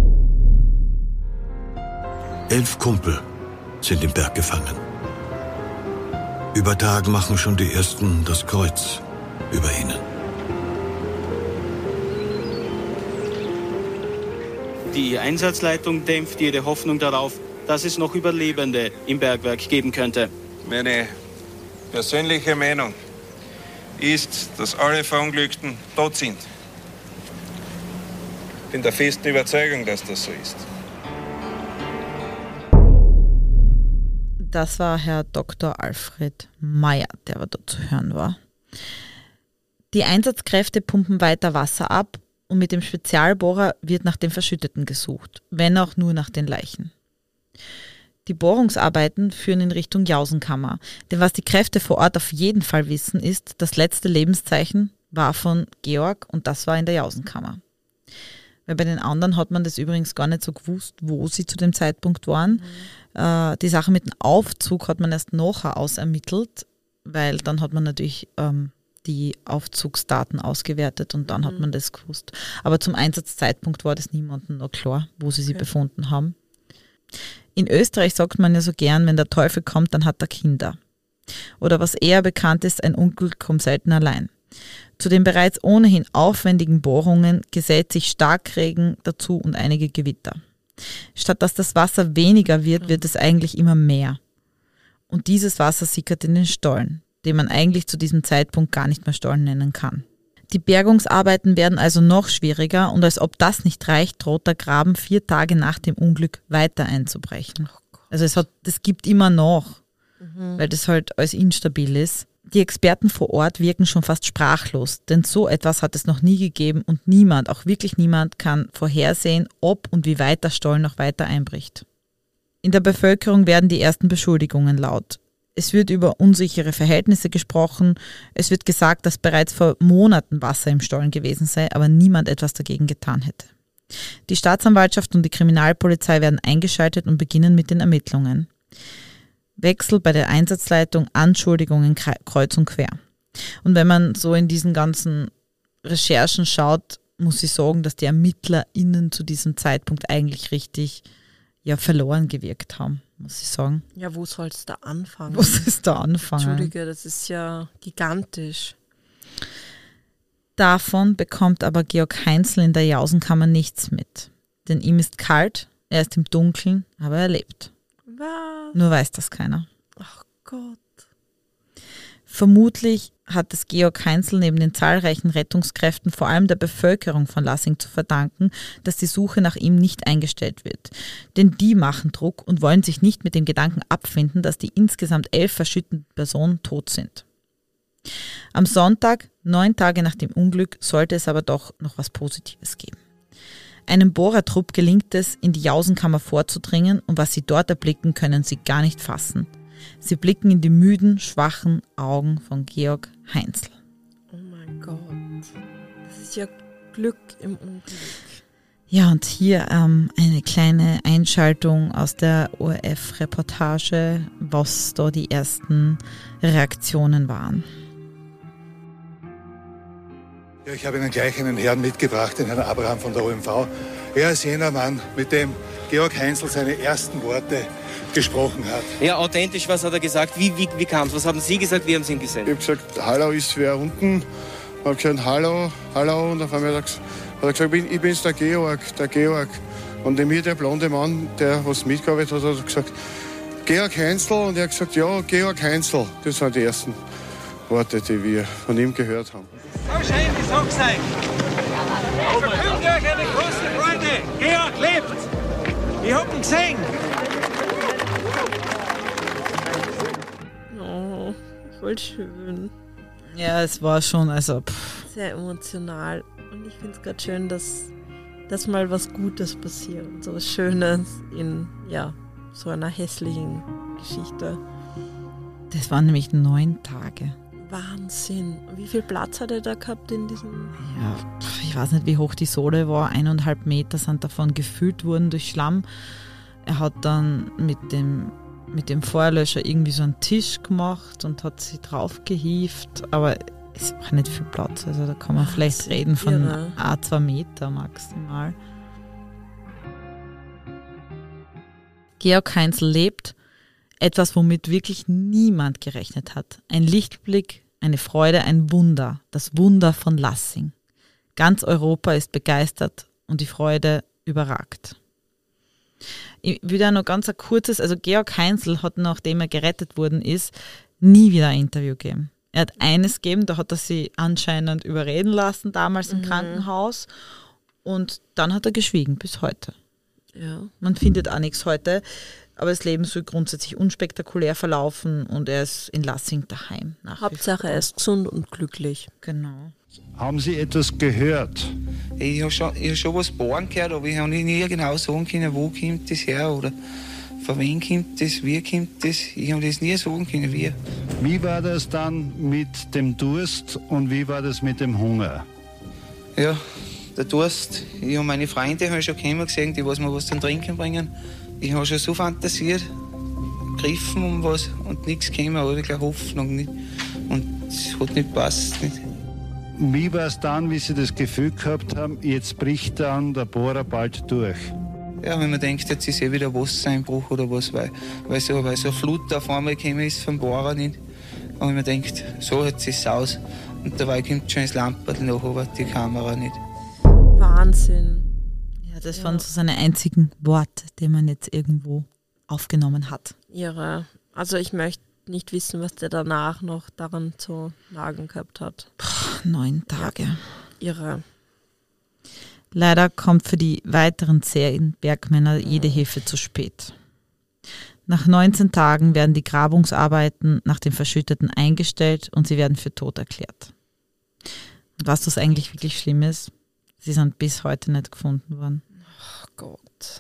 C: Elf Kumpel sind im Berg gefangen. Über Tag machen schon die Ersten das Kreuz über ihnen.
D: Die Einsatzleitung dämpft jede Hoffnung darauf, dass es noch Überlebende im Bergwerk geben könnte.
E: Meine persönliche Meinung ist, dass alle Verunglückten tot sind. Ich bin der festen Überzeugung, dass das so ist.
A: Das war Herr Doktor Alfred Meyer, der aber dort zu hören war. Die Einsatzkräfte pumpen weiter Wasser ab und mit dem Spezialbohrer wird nach den Verschütteten gesucht, wenn auch nur nach den Leichen. Die Bohrungsarbeiten führen in Richtung Jausenkammer, denn was die Kräfte vor Ort auf jeden Fall wissen ist, das letzte Lebenszeichen war von Georg und das war in der Jausenkammer. Weil bei den anderen hat man das übrigens gar nicht so gewusst, wo sie zu dem Zeitpunkt waren. Mhm. Äh, die Sache mit dem Aufzug hat man erst nachher ausermittelt, weil dann hat man natürlich ähm, die Aufzugsdaten ausgewertet und dann mhm. hat man das gewusst. Aber zum Einsatzzeitpunkt war das niemandem noch klar, wo sie sich okay. befunden haben. In Österreich sagt man ja so gern, wenn der Teufel kommt, dann hat er Kinder. Oder was eher bekannt ist, ein Unglück kommt selten allein. Zu den bereits ohnehin aufwendigen Bohrungen gesellt sich Starkregen dazu und einige Gewitter. Statt dass das Wasser weniger wird, wird es eigentlich immer mehr. Und dieses Wasser sickert in den Stollen, den man eigentlich zu diesem Zeitpunkt gar nicht mehr Stollen nennen kann. Die Bergungsarbeiten werden also noch schwieriger und als ob das nicht reicht, droht der Graben vier Tage nach dem Unglück weiter einzubrechen. Also es hat, das gibt immer noch, mhm. weil das halt alles instabil ist. Die Experten vor Ort wirken schon fast sprachlos, denn so etwas hat es noch nie gegeben und niemand, auch wirklich niemand, kann vorhersehen, ob und wie weit der Stollen noch weiter einbricht. In der Bevölkerung werden die ersten Beschuldigungen laut. Es wird über unsichere Verhältnisse gesprochen, es wird gesagt, dass bereits vor Monaten Wasser im Stollen gewesen sei, aber niemand etwas dagegen getan hätte. Die Staatsanwaltschaft und die Kriminalpolizei werden eingeschaltet und beginnen mit den Ermittlungen. Wechsel bei der Einsatzleitung, Anschuldigungen kreuz und quer. Und wenn man so in diesen ganzen Recherchen schaut, muss ich sagen, dass die ErmittlerInnen zu diesem Zeitpunkt eigentlich richtig ja, verloren gewirkt haben, muss ich sagen.
B: Ja, wo soll es da anfangen?
A: Wo soll es da anfangen?
B: Entschuldige, das ist ja gigantisch.
A: Davon bekommt aber Georg Heinzl in der Jausenkammer nichts mit. Denn ihm ist kalt, er ist im Dunkeln, aber er lebt.
B: Was?
A: Nur weiß das keiner.
B: Ach Gott.
A: Vermutlich hat es Georg Heinzl neben den zahlreichen Rettungskräften vor allem der Bevölkerung von Lassing zu verdanken, dass die Suche nach ihm nicht eingestellt wird. Denn die machen Druck und wollen sich nicht mit dem Gedanken abfinden, dass die insgesamt elf verschütteten Personen tot sind. Am Sonntag, neun Tage nach dem Unglück, sollte es aber doch noch was Positives geben. Einem Bohrertrupp gelingt es, in die Jausenkammer vorzudringen und was sie dort erblicken, können sie gar nicht fassen. Sie blicken in die müden, schwachen Augen von Georg Heinzl.
B: Oh mein Gott, das ist ja Glück im Unglück.
A: Ja, und hier ähm, eine kleine Einschaltung aus der O R F-Reportage, was da die ersten Reaktionen waren.
F: Ja, ich habe Ihnen gleich einen Herrn mitgebracht, den Herrn Abraham von der O M V. Er ist jener Mann, mit dem Georg Heinzl seine ersten Worte gesprochen hat.
G: Ja, authentisch, was hat er gesagt? Wie, wie, wie kam es? Was haben Sie gesagt? Wie haben Sie ihn gesehen?
H: Ich habe gesagt, hallo, ist wer unten? Ich habe gesagt, hallo, hallo. Und auf einmal hat er gesagt, ich bin's der Georg, der Georg. Und mir der blonde Mann, der was mitgearbeitet hat, hat gesagt, Georg Heinzl. Und er hat gesagt, ja, Georg Heinzl. Das waren die ersten Worte, die wir von ihm gehört haben.
I: So schön, die sag's euch. Ich verkünde euch eine große Freude. Georg lebt. Ich hab ihn gesehen.
B: Oh, voll schön.
A: Ja, es war schon, also pff.
B: Sehr emotional. Und ich finde es gerade schön, dass, dass mal was Gutes passiert. So was Schönes in, ja, so einer hässlichen Geschichte.
A: Das waren nämlich neun Tage.
B: Wahnsinn. Wie viel Platz hat er da gehabt in diesem...
A: Ja, ich weiß nicht, wie hoch die Sohle war. Eineinhalb Meter sind davon gefüllt worden durch Schlamm. Er hat dann mit dem, mit dem Feuerlöscher irgendwie so einen Tisch gemacht und hat sie drauf gehievt. Aber es war nicht viel Platz. Also da kann man Ach, vielleicht reden von irre. ein, zwei Meter maximal. Georg Heinzl lebt. Etwas, womit wirklich niemand gerechnet hat. Ein Lichtblick, eine Freude, ein Wunder. Das Wunder von Lassing. Ganz Europa ist begeistert und die Freude überragt. Ich will da noch ganz ein kurzes, also Georg Heinzl hat, nachdem er gerettet worden ist, nie wieder ein Interview gegeben. Er hat eines gegeben, da hat er sie anscheinend überreden lassen, damals im mhm. Krankenhaus. Und dann hat er geschwiegen, bis heute.
B: Ja.
A: Man findet auch nichts heute, aber das Leben soll grundsätzlich unspektakulär verlaufen und er ist in Lassing daheim.
B: Hauptsache er ist gesund und glücklich.
A: Genau.
J: Haben Sie etwas gehört?
K: Ich habe schon, hab schon was bohren gehört, aber ich habe nie genau sagen können, wo kommt das her oder von wem kommt das, wie kommt das. Ich habe das nie sagen können, wie.
J: Wie war das dann mit dem Durst und wie war das mit dem Hunger?
K: Ja, der Durst. Ich habe meine Freunde hab schon kommen gesehen, die was mir was zum Trinken bringen. Ich habe schon so fantasiert, gegriffen um was und nichts gekommen, aber wirklich Hoffnung nicht. Und es hat nicht gepasst. Nicht.
J: Wie war es dann, wie Sie das Gefühl gehabt haben, jetzt bricht dann der Bohrer bald durch?
K: Ja, wenn man denkt, jetzt ist eh wieder Wassereinbruch oder was, weil, weil, so, weil so eine Flut auf einmal gekommen ist vom Bohrer nicht. Und wenn man denkt, so jetzt ist es aus. Und dabei kommt schon das Lamperl nach, aber die Kamera nicht.
B: Wahnsinn.
A: Ja, das ja. waren so seine einzigen Worte, die man jetzt irgendwo aufgenommen hat.
B: Irre. Also ich möchte nicht wissen, was der danach noch daran zu nagen gehabt hat.
A: Puh, neun Tage.
B: Ja. Irre.
A: Leider kommt für die weiteren zehn Bergmänner jede Hilfe zu spät. Nach neunzehn Tagen werden die Grabungsarbeiten nach den Verschütteten eingestellt und sie werden für tot erklärt. Und was das eigentlich wirklich schlimm ist, sie sind bis heute nicht gefunden worden.
B: Ach Gott.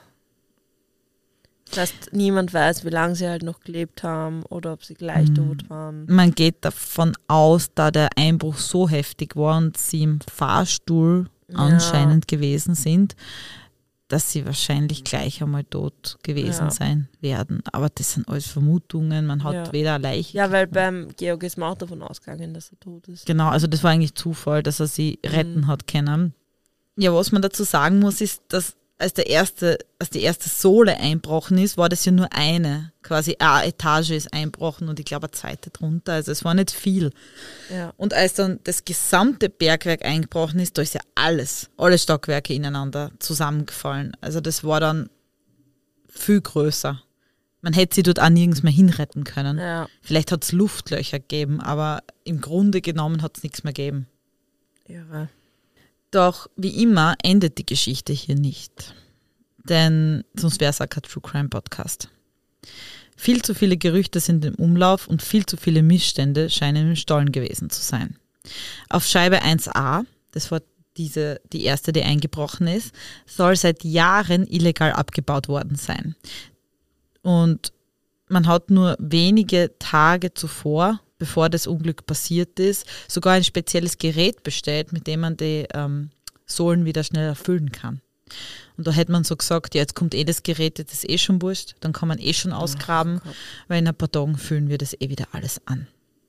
B: Das heißt, niemand weiß, wie lange sie halt noch gelebt haben oder ob sie gleich mhm. tot waren.
A: Man geht davon aus, da der Einbruch so heftig war und sie im Fahrstuhl ja. anscheinend gewesen sind, dass sie wahrscheinlich gleich einmal tot gewesen ja. sein werden. Aber das sind alles Vermutungen, man hat
B: ja.
A: weder Leiche.
B: Ja, weil beim Georg ist man auch davon ausgegangen, dass er tot ist.
A: Genau, also das war eigentlich Zufall, dass er sie retten mhm. hat können. Ja, was man dazu sagen muss, ist, dass als, der erste, als die erste Sohle einbrochen ist, war das ja nur eine. Quasi eine Etage ist einbrochen und ich glaube eine zweite drunter. Also es war nicht viel.
B: Ja.
A: Und als dann das gesamte Bergwerk eingebrochen ist, da ist ja alles, alle Stockwerke ineinander zusammengefallen. Also das war dann viel größer. Man hätte sie dort auch nirgends mehr hinretten können.
B: Ja.
A: Vielleicht hat es Luftlöcher gegeben, aber im Grunde genommen hat es nichts mehr gegeben.
B: Irre.
A: Doch wie immer endet die Geschichte hier nicht. Denn sonst wäre es auch kein True Crime Podcast. Viel zu viele Gerüchte sind im Umlauf und viel zu viele Missstände scheinen im Stollen gewesen zu sein. Auf Scheibe eins a, das war diese, die erste, die eingebrochen ist, soll seit Jahren illegal abgebaut worden sein. Und man hat nur wenige Tage zuvor, bevor das Unglück passiert ist, sogar ein spezielles Gerät bestellt, mit dem man die ähm, Sohlen wieder schnell erfüllen kann. Und da hätte man so gesagt, ja, jetzt kommt eh das Gerät, das ist eh schon wurscht, dann kann man eh schon ausgraben, oh weil in ein paar Tagen füllen wir das eh wieder alles an.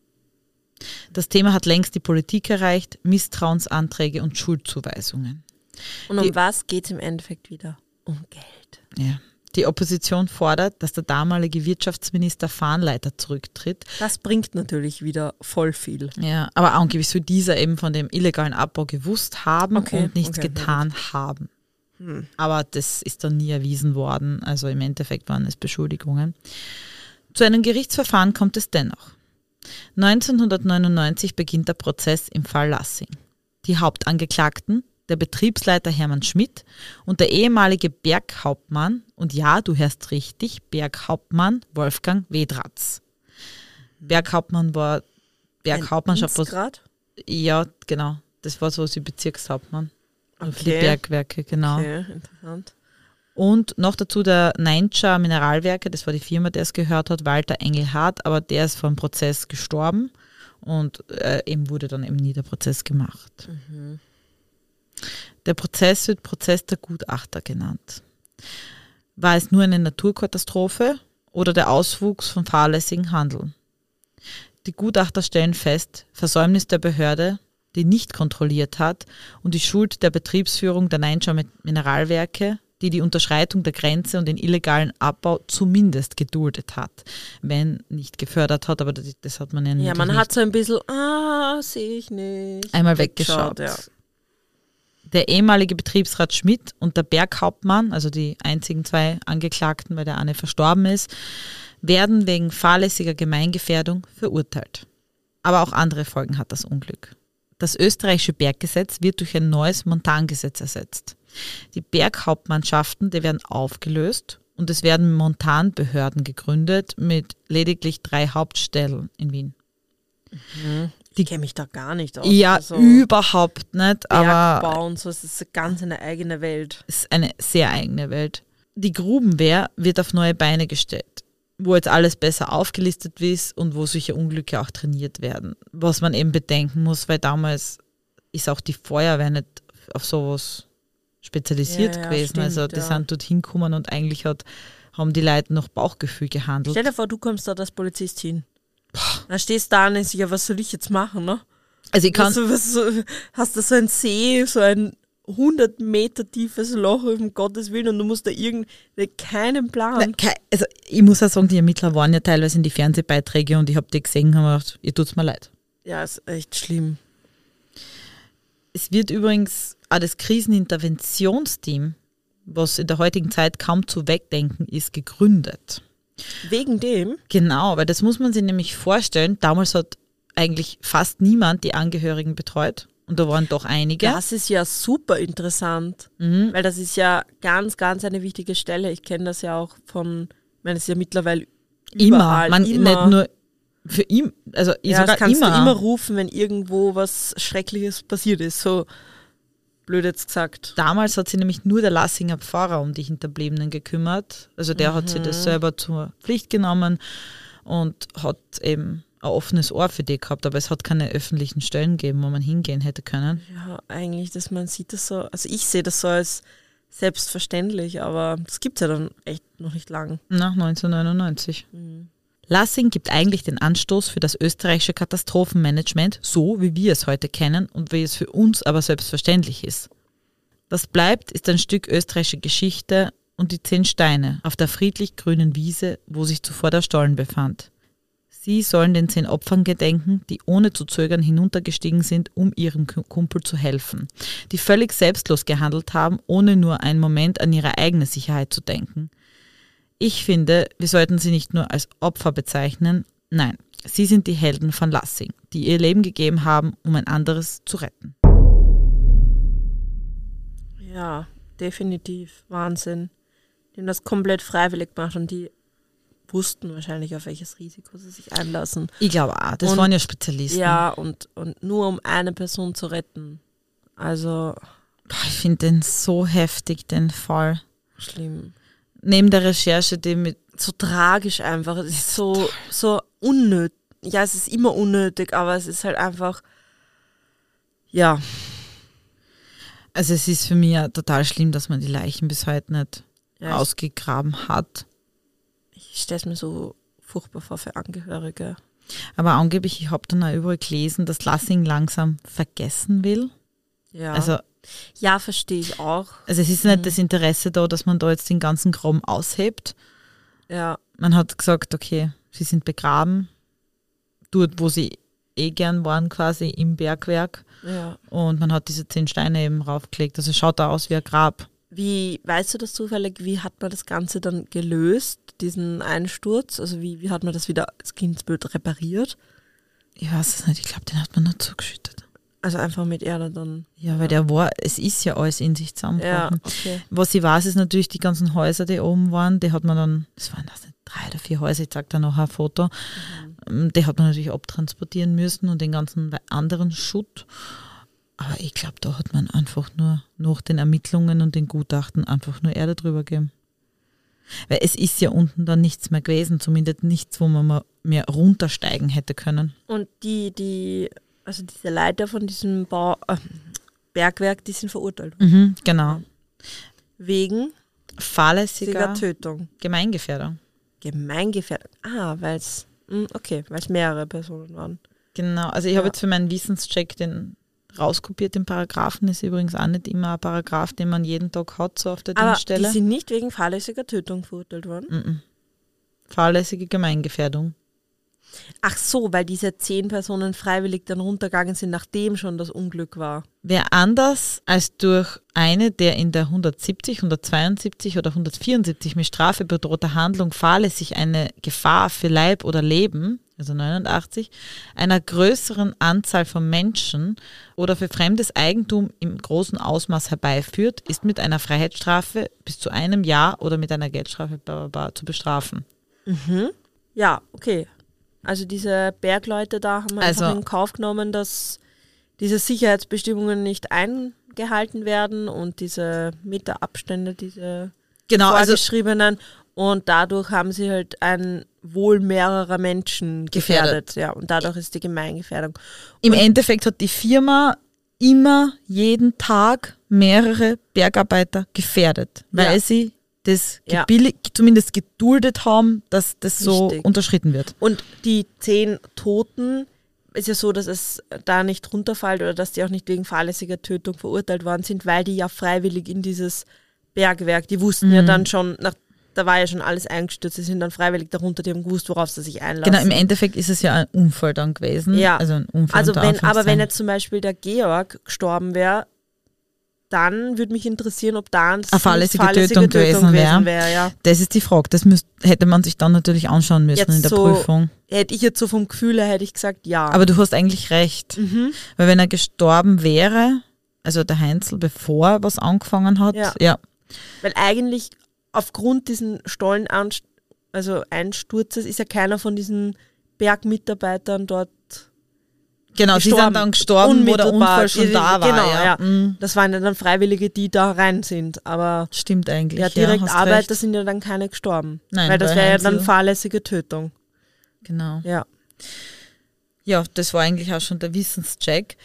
A: Das Thema hat längst die Politik erreicht, Misstrauensanträge und Schuldzuweisungen.
B: Und um die, was geht es im Endeffekt wieder? Um Geld.
A: Ja. Die Opposition fordert, dass der damalige Wirtschaftsminister Fahnleiter zurücktritt.
B: Das bringt natürlich wieder voll viel.
A: Ja, aber angeblich soll dieser eben von dem illegalen Abbau gewusst haben
B: okay,
A: und nichts
B: okay,
A: getan
B: ja.
A: haben.
B: Hm.
A: Aber das ist dann nie erwiesen worden. Also im Endeffekt waren es Beschuldigungen. Zu einem Gerichtsverfahren kommt es dennoch. neunzehnhundertneunundneunzig beginnt der Prozess im Fall Lassing. Die Hauptangeklagten, der Betriebsleiter Hermann Schmidt und der ehemalige Berghauptmann, und ja, du hörst richtig, Berghauptmann Wolfgang Wedratz. Berghauptmann war Berghauptmannschaft. Ja, genau. Das war so die Bezirkshauptmann.
B: Okay.
A: Für die Bergwerke, genau.
B: Okay, interessant.
A: Und noch dazu der Neinscher Mineralwerke, das war die Firma, der es gehört hat, Walter Engelhardt, aber der ist vor dem Prozess gestorben und äh, eben wurde dann eben nie der Prozess gemacht.
B: Mhm.
A: Der Prozess wird Prozess der Gutachter genannt. War es nur eine Naturkatastrophe oder der Auswuchs von fahrlässigem Handeln? Die Gutachter stellen fest, Versäumnis der Behörde, die nicht kontrolliert hat, und die Schuld der Betriebsführung der Neinscher Mineralwerke, die die Unterschreitung der Grenze und den illegalen Abbau zumindest geduldet hat, wenn nicht gefördert hat, aber das, das hat man ja nicht.
B: Ja, man hat so ein bisschen, ah, sehe ich nicht.
A: Einmal weggeschaut. weggeschaut ja. Der ehemalige Betriebsrat Schmidt und der Berghauptmann, also die einzigen zwei Angeklagten, weil der eine verstorben ist, werden wegen fahrlässiger Gemeingefährdung verurteilt. Aber auch andere Folgen hat das Unglück. Das österreichische Berggesetz wird durch ein neues Montangesetz ersetzt. Die Berghauptmannschaften, die werden aufgelöst und es werden Montanbehörden gegründet mit lediglich drei Hauptstellen in Wien.
B: Mhm. Die kenne mich da gar nicht aus.
A: Ja,
B: also
A: überhaupt nicht. Aber
B: Bergbau und so, es ist ganz eine eigene Welt.
A: Es ist eine sehr eigene Welt. Die Grubenwehr wird auf neue Beine gestellt, wo jetzt alles besser aufgelistet ist und wo solche Unglücke auch trainiert werden. Was man eben bedenken muss, weil damals ist auch die Feuerwehr nicht auf sowas spezialisiert
B: Ja, ja,
A: gewesen.
B: stimmt,
A: also die
B: ja.
A: sind dort hingekommen und eigentlich hat, haben die Leute noch Bauchgefühl gehandelt.
B: Stell dir vor, du kommst dort als Polizist hin. Dann stehst du da und denkst, ja, was soll ich jetzt machen, ne?
A: Also ich kann,
B: Was, was, so, hast du so ein See, so ein hundert Meter tiefes Loch, um Gottes Willen, und du musst da irgendwie keinen Plan.
A: Nein, kei- also ich muss auch sagen, die Ermittler waren ja teilweise in die Fernsehbeiträge und ich habe die gesehen und habe gedacht, ihr tut's mir leid.
B: Ja, ist echt schlimm.
A: Es wird übrigens auch das Kriseninterventionsteam, was in der heutigen Zeit kaum zu wegdenken ist, gegründet.
B: Wegen dem?
A: Genau, weil das muss man sich nämlich vorstellen. Damals hat eigentlich fast niemand die Angehörigen betreut und da waren doch einige.
B: Das ist ja super interessant,
A: Mhm.
B: weil das ist ja ganz, ganz eine wichtige Stelle. Ich kenne das ja auch von, ich meine, es ist ja mittlerweile
A: Immer,
B: überall,
A: man
B: immer.
A: nicht nur für ihn, also ich
B: Ja, das
A: sogar
B: kannst
A: immer.
B: du immer rufen, wenn irgendwo was Schreckliches passiert ist. So blöd jetzt gesagt.
A: Damals hat sich nämlich nur der Lassinger Pfarrer um die Hinterbliebenen gekümmert. Also der hat sich das
B: Mhm.
A: selber zur Pflicht genommen und hat eben ein offenes Ohr für die gehabt, aber es hat keine öffentlichen Stellen gegeben, wo man hingehen hätte können.
B: Ja, eigentlich, dass man sieht das so, also ich sehe das so als selbstverständlich, aber das gibt es ja dann echt noch nicht lang.
A: Na, neunzehnhundertneunundneunzig.
B: Mhm.
A: Lassing gibt eigentlich den Anstoß für das österreichische Katastrophenmanagement, so wie wir es heute kennen und wie es für uns aber selbstverständlich ist. Was bleibt, ist ein Stück österreichische Geschichte und die zehn Steine auf der friedlich grünen Wiese, wo sich zuvor der Stollen befand. Sie sollen den zehn Opfern gedenken, die ohne zu zögern hinuntergestiegen sind, um ihrem Kumpel zu helfen, die völlig selbstlos gehandelt haben, ohne nur einen Moment an ihre eigene Sicherheit zu denken. Ich finde, wir sollten sie nicht nur als Opfer bezeichnen, nein, sie sind die Helden von Lassing, die ihr Leben gegeben haben, um ein anderes zu retten.
B: Ja, definitiv. Wahnsinn. Die haben das komplett freiwillig gemacht und die wussten wahrscheinlich, auf welches Risiko sie sich einlassen.
A: Ich glaube auch, das
B: Und-
A: waren ja Spezialisten.
B: Ja, und, und nur um eine Person zu retten. Also
A: Boah, ich finde den so heftig, den Fall.
B: schlimm.
A: Neben der Recherche, die mit
B: So tragisch einfach. Es ist so, so unnötig. Ja, es ist immer unnötig, aber es ist halt einfach, ja,
A: Also es ist für mich ja total schlimm, dass man die Leichen bis heute nicht
B: Ja, ich-
A: ausgegraben hat.
B: ich stelle es mir so furchtbar vor für Angehörige.
A: Aber angeblich, ich habe dann auch überall gelesen, dass Lassing langsam vergessen will.
B: Ja,
A: Also,
B: ja verstehe ich auch.
A: also es ist nicht das Interesse da, dass man da jetzt den ganzen Graben aushebt.
B: Ja,
A: Man hat gesagt, okay, sie sind begraben, dort, wo sie eh gern waren, quasi im Bergwerk.
B: ja.
A: Und man hat diese zehn Steine eben raufgelegt. Also es schaut da aus wie ein Grab.
B: Wie, weißt du das zufällig, wie hat man das Ganze dann gelöst, diesen Einsturz? Also wie, wie hat man das wieder als Kindsbild repariert?
A: Ich weiß es nicht, ich glaube, den hat man nur zugeschüttet.
B: Also einfach mit Erde dann.
A: Ja, weil der war, es ist ja alles in sich
B: Ja,
A: zusammengebrochen.
B: okay.
A: Was ich weiß, ist natürlich die ganzen Häuser, die oben waren, die hat man dann, das waren das nicht drei oder vier Häuser, ich zeige da noch ein Foto,
B: Mhm.
A: die hat man natürlich abtransportieren müssen und den ganzen anderen Schutt. Aber ich glaube, da hat man einfach nur nach den Ermittlungen und den Gutachten einfach nur Erde drüber gegeben. Weil es ist ja unten dann nichts mehr gewesen, zumindest nichts, wo man mal mehr runtersteigen hätte können.
B: Und die, die, also diese Leiter von diesem Bau, äh, Bergwerk, die sind verurteilt.
A: Mhm, genau.
B: Wegen
A: Fahrlässiger
B: Tötung.
A: Gemeingefährdung.
B: Gemeingefährdung. Ah, weil es, okay, weil es mehrere Personen waren.
A: Genau, also ich habe
B: Ja.
A: jetzt für meinen Wissenscheck den rauskopiert, den Paragraphen. Ist übrigens auch nicht immer ein Paragraph, den man jeden Tag hat, so auf der
B: Aber
A: Dienststelle.
B: die sind nicht wegen fahrlässiger Tötung verurteilt worden.
A: Mhm. Fahrlässige Gemeingefährdung.
B: Ach so, weil diese zehn Personen freiwillig dann runtergegangen sind, nachdem schon das Unglück war.
A: Wer anders als durch eine der in der hundertsiebzig, hundertzweiundsiebzig oder hundertvierundsiebzig mit Strafe bedrohte Handlung fahrlässig eine Gefahr für Leib oder Leben, also neunundachtzig, einer größeren Anzahl von Menschen oder für fremdes Eigentum im großen Ausmaß herbeiführt, ist mit einer Freiheitsstrafe bis zu einem Jahr oder mit einer Geldstrafe bla bla bla zu bestrafen.
B: Mhm. Ja, okay. Also diese Bergleute da haben einfach
A: Also-
B: in Kauf genommen, dass diese Sicherheitsbestimmungen nicht eingehalten werden und diese Meterabstände, diese
A: Genau, also-
B: vorgeschriebenen. Und dadurch haben sie halt ein Wohl mehrerer Menschen gefährdet.
A: Gefährdet.
B: Ja, und dadurch ist die Gemeingefährdung.
A: Im
B: Und-
A: Endeffekt hat die Firma immer jeden Tag mehrere Bergarbeiter gefährdet, weil
B: Ja.
A: sie das
B: Ja.
A: gebillig, zumindest geduldet haben, dass das so
B: Richtig.
A: unterschritten wird.
B: Und die zehn Toten ist ja so, dass es da nicht runterfällt oder dass die auch nicht wegen fahrlässiger Tötung verurteilt worden sind, weil die ja freiwillig in dieses Bergwerk, die wussten ja
A: Mhm.
B: dann schon, nach, da war ja schon alles eingestürzt, sie sind dann freiwillig darunter, die haben gewusst, worauf sie sich einlassen.
A: Genau, im Endeffekt ist es ja ein Unfall dann gewesen.
B: Ja.
A: Also ein Unfall
B: Also
A: unter
B: wenn, aber wenn
A: Anführungszeichen.
B: jetzt zum Beispiel der Georg gestorben wäre, dann würde mich interessieren, ob da ein
A: eine fahrlässige, Tötung, gewesen wäre.
B: wär, ja.
A: Das ist die Frage. Das müsst, hätte man sich dann natürlich anschauen müssen
B: Jetzt
A: in der
B: so,
A: Prüfung.
B: Hätte ich jetzt so vom Gefühl her, hätte ich gesagt, ja.
A: Aber du hast eigentlich recht.
B: Mhm.
A: Weil wenn er gestorben wäre, also der Heinzel, bevor er was angefangen hat,
B: Ja.
A: ja.
B: Weil eigentlich aufgrund diesen Stollen also Einsturzes ist ja keiner von diesen Bergmitarbeitern dort
A: Genau, sie sind dann gestorben, wo der
B: Unmittelbar.
A: Unfall schon da war.
B: Genau,
A: ja.
B: ja.
A: Mhm.
B: Das waren ja dann Freiwillige, die da rein sind. Aber
A: Stimmt eigentlich.
B: ja, direkt
A: ja, hast
B: Arbeiter
A: recht.
B: sind ja dann keine gestorben.
A: Nein,
B: weil das
A: bei
B: wäre ja dann
A: Heinzel-
B: fahrlässige Tötung.
A: Genau.
B: Ja.
A: Ja, das war eigentlich auch schon der Wissenscheck.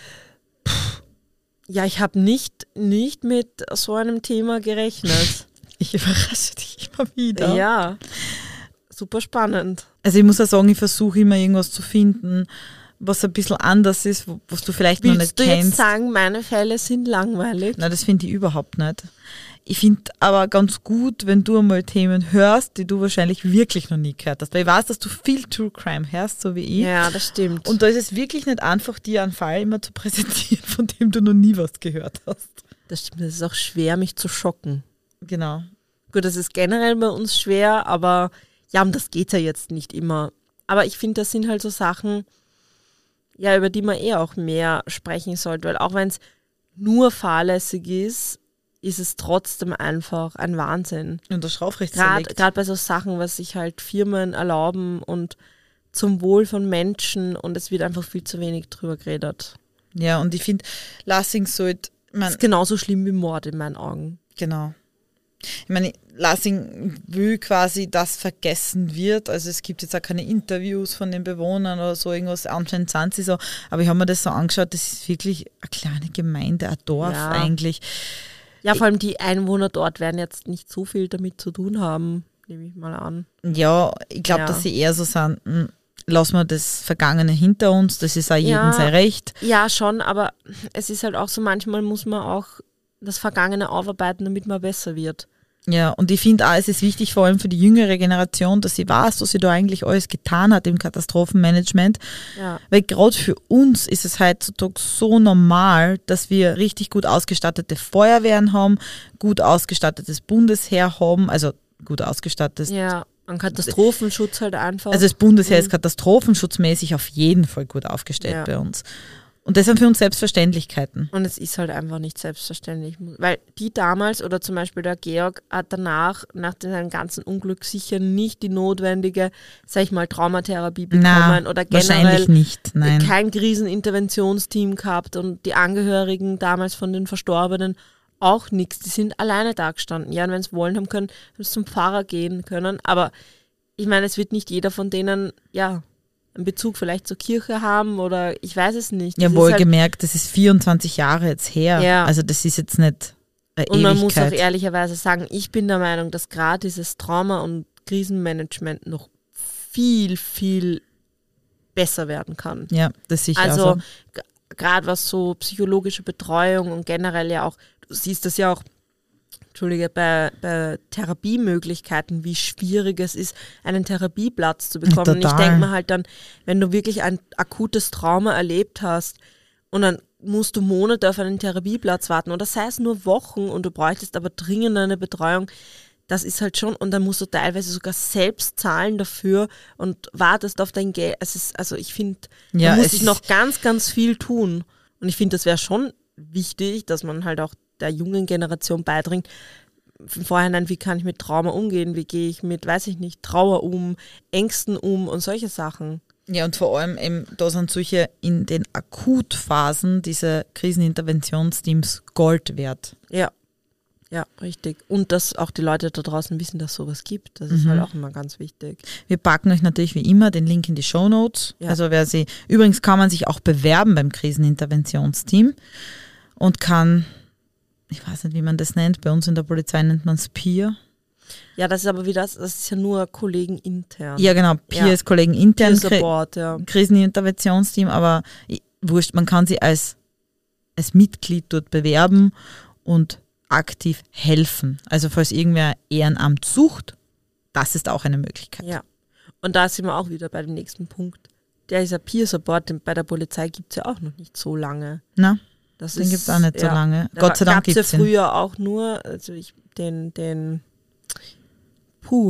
B: Ja, ich habe nicht, nicht mit so einem Thema gerechnet.
A: Ich überrasche dich immer wieder.
B: Ja, super spannend.
A: Also ich muss auch sagen, ich versuche immer irgendwas zu finden, was ein bisschen anders ist, wo- was du vielleicht noch nicht
B: Willst du
A: kennst.
B: jetzt sagen, meine Fälle sind langweilig?
A: Nein, das finde ich überhaupt nicht. Ich finde aber ganz gut, wenn du einmal Themen hörst, die du wahrscheinlich wirklich noch nie gehört hast. Weil ich weiß, dass du viel True Crime hörst, so wie ich.
B: Ja, das stimmt.
A: Und da ist es wirklich nicht einfach, dir einen Fall immer zu präsentieren, von dem du noch nie was gehört hast.
B: Das stimmt, das ist auch schwer, mich zu schocken.
A: Genau.
B: Gut, das ist generell bei uns schwer, aber ja, um das geht ja jetzt nicht immer. Aber ich finde, das sind halt so Sachen, ja, über die man eh auch mehr sprechen sollte, weil auch wenn es nur fahrlässig ist, ist es trotzdem einfach ein Wahnsinn.
A: Und das Strafrecht
B: Gerade
A: zerlegt.
B: gerade bei so Sachen, was sich halt Firmen erlauben und zum Wohl von Menschen und es wird einfach viel zu wenig drüber geredet.
A: Ja, und ich finde, Lassing sollte...
B: Das ist genauso schlimm wie Mord in meinen Augen.
A: Genau. Ich meine, Lassing will quasi, dass vergessen wird. Also es gibt jetzt auch keine Interviews von den Bewohnern oder so, irgendwas anscheinend sind sie so. Aber ich habe mir das so angeschaut, das ist wirklich eine kleine Gemeinde, ein Dorf
B: Ja.
A: eigentlich.
B: Ja, vor allem die Einwohner dort werden jetzt nicht so viel damit zu tun haben, nehme ich mal an.
A: Ja, ich glaube,
B: Ja.
A: dass sie eher so sind, hm, lassen wir das Vergangene hinter uns, das ist auch jedem
B: Ja.
A: sein Recht.
B: Ja, schon, aber es ist halt auch so, manchmal muss man auch das Vergangene aufarbeiten, damit man besser wird.
A: Ja, und ich finde auch, es ist wichtig, vor allem für die jüngere Generation, dass sie weiß, was sie da eigentlich alles getan hat im Katastrophenmanagement.
B: Ja.
A: Weil gerade für uns ist es heutzutage so normal, dass wir richtig gut ausgestattete Feuerwehren haben, gut ausgestattetes Bundesheer haben, also gut ausgestattetes.
B: Ja, an Katastrophenschutz halt einfach.
A: Also das Bundesheer
B: Mhm.
A: ist katastrophenschutzmäßig auf jeden Fall gut aufgestellt
B: Ja.
A: bei uns. Und das sind für uns Selbstverständlichkeiten.
B: Und es ist halt einfach nicht selbstverständlich. Weil die damals oder zum Beispiel der Georg hat danach, nach seinem ganzen Unglück sicher nicht die notwendige, sag ich mal, Traumatherapie bekommen
A: Na,
B: oder generell
A: wahrscheinlich nicht, nein.
B: kein Kriseninterventionsteam gehabt und die Angehörigen damals von den Verstorbenen auch nichts. Die sind alleine da gestanden. Ja, und wenn sie wollen haben können, haben sie zum Pfarrer gehen können. Aber ich meine, es wird nicht jeder von denen, ja, einen Bezug vielleicht zur Kirche haben oder ich weiß es nicht.
A: Ja,
B: Das ist
A: wohlgemerkt, das ist vierundzwanzig Jahre jetzt her.
B: Ja.
A: Also das ist jetzt nicht eine
B: Und man muss auch
A: Ewigkeit.
B: ehrlicherweise sagen, ich bin der Meinung, dass gerade dieses Trauma- und Krisenmanagement noch viel, viel besser werden kann.
A: Ja, das sicher.
B: Also
A: so.
B: g- gerade was so psychologische Betreuung und generell ja auch, du siehst das ja auch Entschuldige, bei, bei Therapiemöglichkeiten, wie schwierig es ist, einen Therapieplatz zu bekommen. Und ich denke mir halt dann, wenn du wirklich ein akutes Trauma erlebt hast und dann musst du Monate auf einen Therapieplatz warten oder sei es nur Wochen und du bräuchtest aber dringend eine Betreuung, das ist halt schon, und dann musst du teilweise sogar selbst zahlen dafür und wartest auf dein Geld. Es ist, also ich finde,
A: ja,
B: da muss ich noch ganz, ganz viel tun. Und ich finde, das wäre schon wichtig, dass man halt auch der jungen Generation beibringt, im Vorhinein, wie kann ich mit Trauma umgehen, wie gehe ich mit, weiß ich nicht, Trauer um, Ängsten um und solche Sachen.
A: Ja, und vor allem, eben, da sind solche in den Akutphasen diese Kriseninterventionsteams Gold wert.
B: Ja. Ja, richtig. Und dass auch die Leute da draußen wissen, dass es sowas gibt. Das
A: Mhm.
B: ist halt auch immer ganz wichtig.
A: Wir packen euch natürlich wie immer den Link in die Shownotes.
B: Ja.
A: Also wer sie, übrigens kann man sich auch bewerben beim Kriseninterventionsteam und kann, ich weiß nicht, wie man das nennt, bei uns in der Polizei nennt man es Peer.
B: Ja, das ist aber wieder, das ist ja nur Kollegen intern.
A: Ja, genau, Peer
B: Ja.
A: ist Kollegen intern,
B: Peer Support, ja.
A: Kriseninterventionsteam, aber ich- wurscht, man kann sie als, als Mitglied dort bewerben und aktiv helfen. Also falls irgendwer Ehrenamt sucht, das ist auch eine Möglichkeit.
B: Ja. Und da sind wir auch wieder bei dem nächsten Punkt. Der ist ja Peer Support, den bei der Polizei gibt es ja auch noch nicht so lange.
A: Na,
B: das
A: den gibt es auch nicht so lange.
B: Da
A: Gott sei Dank gibt
B: es
A: es
B: ja
A: ihn.
B: früher auch nur, also ich, den, den, puh.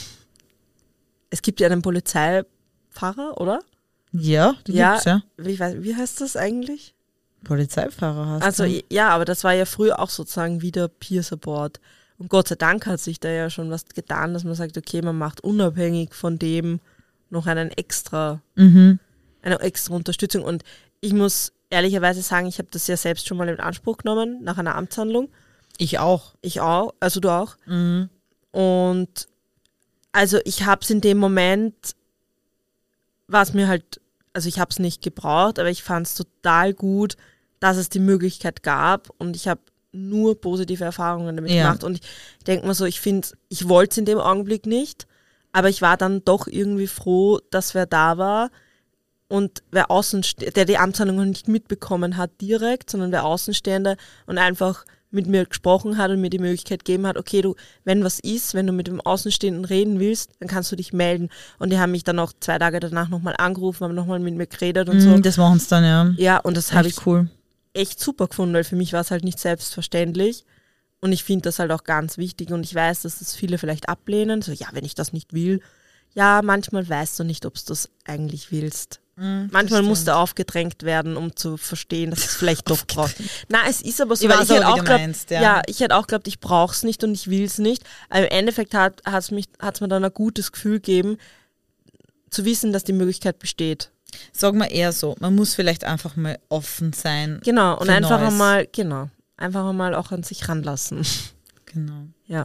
B: Es gibt ja einen Polizeifahrer, oder?
A: Ja, die
B: ja,
A: gibt's ja.
B: Wie, weiß, wie heißt das eigentlich?
A: Polizeifahrer hast
B: Also
A: du.
B: ja, aber das war ja früher auch sozusagen wieder Peer Support. Und Gott sei Dank hat sich da ja schon was getan, dass man sagt, okay, man macht unabhängig von dem noch einen extra,
A: Mhm.
B: eine extra Unterstützung. Und ich muss ehrlicherweise sagen, ich habe das ja selbst schon mal in Anspruch genommen nach einer Amtshandlung.
A: Ich auch.
B: Ich auch, also du auch.
A: Mhm.
B: Und also ich habe es in dem Moment, war es mir halt, also ich habe es nicht gebraucht, aber ich fand es total gut, dass es die Möglichkeit gab und ich habe nur positive Erfahrungen damit
A: Ja.
B: gemacht. Und ich denke mir so, ich finde, ich wollte es in dem Augenblick nicht, aber ich war dann doch irgendwie froh, dass wer da war und wer Außenste- der die Amtshandlung nicht mitbekommen hat direkt, sondern der Außenstehende und einfach mit mir gesprochen hat und mir die Möglichkeit gegeben hat, okay, du, wenn was ist, wenn du mit dem Außenstehenden reden willst, dann kannst du dich melden. Und die haben mich dann auch zwei Tage danach nochmal angerufen, haben nochmal mit mir geredet und so.
A: Mhm, das machen sie dann, ja.
B: Ja, und das habe ich
A: Echt cool.
B: echt super gefunden, weil für mich war es halt nicht selbstverständlich. Und ich finde das halt auch ganz wichtig und ich weiß, dass das viele vielleicht ablehnen. So, ja, wenn ich das nicht will. Ja, manchmal weißt du nicht, ob du das eigentlich willst.
A: Mhm,
B: Manchmal
A: das
B: musst du
A: stimmt.
B: aufgedrängt werden, um zu verstehen, dass es vielleicht doch braucht. Na, es ist aber so,
A: Ich
B: weil
A: weiß
B: ich hätte
A: aber, wie
B: auch
A: du
B: glaubt,
A: meinst,
B: ja.
A: ja.
B: ich hätte auch glaubt, ich brauche es nicht und ich will es nicht. Aber im Endeffekt hat es mich, hat's mir dann ein gutes Gefühl gegeben, zu wissen, dass die Möglichkeit besteht.
A: Sag mal eher so, man muss vielleicht einfach mal offen sein.
B: Genau, und
A: für
B: einfach
A: Neues.
B: einmal, genau, einfach einmal auch an sich ranlassen.
A: Genau.
B: Ja.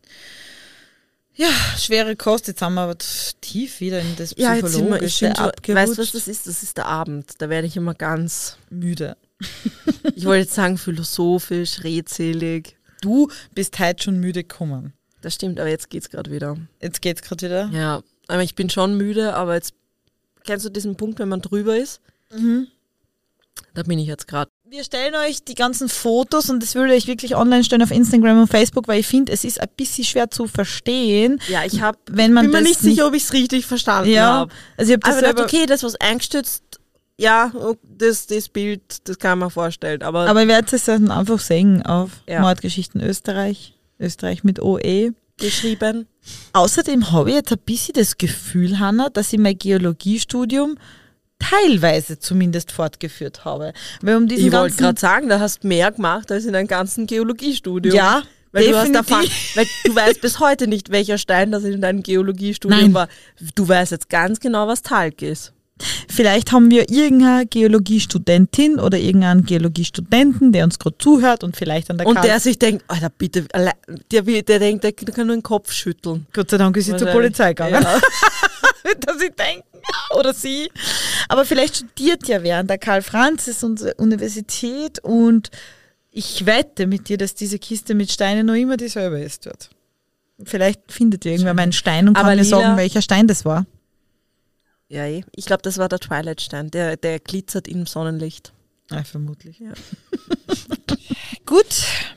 A: Ja, schwere Kost, jetzt haben wir aber tief wieder in das
B: Ja, jetzt sind wir, ich
A: Psychologische
B: bin schon,
A: abgerutscht.
B: weißt du, was das ist? Das ist der Abend. Da werde ich immer ganz
A: müde.
B: Ich wollte jetzt sagen philosophisch, redselig.
A: Du bist heute schon müde gekommen.
B: Das stimmt, aber jetzt geht's gerade wieder.
A: Jetzt geht's gerade wieder?
B: Ja, aber ich bin schon müde, aber jetzt, kennst du diesen Punkt, wenn man drüber ist?
A: Mhm.
B: Da bin ich jetzt gerade.
A: Wir stellen euch die ganzen Fotos und das würde ich wirklich online stellen auf Instagram und Facebook, weil ich finde, es ist ein bisschen schwer zu verstehen.
B: Ja, ich hab,
A: wenn man
B: bin mir
A: das
B: nicht sicher, ob ich es richtig verstanden
A: Ja,
B: habe.
A: also ich habe das
B: Aber ich dachte,
A: selber,
B: okay, das was eingestützt, ja, das, das Bild, das kann man vorstellen. Aber,
A: aber ihr werdet es dann einfach sehen auf
B: Ja.
A: Mordgeschichten Österreich, Österreich mit O E.
B: geschrieben.
A: Außerdem habe ich jetzt ein bisschen das Gefühl, Hanna, dass ich mein Geologiestudium teilweise zumindest fortgeführt habe. Weil um diesen
B: Ich wollte
A: ganzen
B: gerade sagen, da hast mehr gemacht als in einem ganzen Geologiestudium.
A: Ja,
B: weil du, hast
A: definitiv.
B: erfahren, weil du weißt bis heute nicht, welcher Stein das in deinem Geologiestudium
A: Nein.
B: war. Du weißt jetzt ganz genau, was Talg ist.
A: Vielleicht haben wir irgendeine Geologiestudentin oder irgendeinen Geologiestudenten, der uns gerade zuhört und vielleicht an der
B: Und
A: Karte-
B: der sich denkt, Alter, bitte, alle- der, will- der denkt, der kann nur den Kopf schütteln.
A: Gott sei Dank ist sie zur
B: Wahrscheinlich.
A: Polizei gegangen.
B: Ja.
A: Dass sie denken, ja, oder sie. Aber vielleicht studiert ja wer an der Karl-Franzens-Universität und ich wette mit dir, dass diese Kiste mit Steinen noch immer dieselbe ist dort. Vielleicht findet ihr irgendwer meinen Stein und kann
B: Aber
A: mir
B: Lila-
A: sagen, welcher Stein das war.
B: Ja, eh. Ich glaube, das war der Twilight-Stein. Der, der glitzert im Sonnenlicht.
A: Ja, vermutlich.
B: Ja.
A: Gut,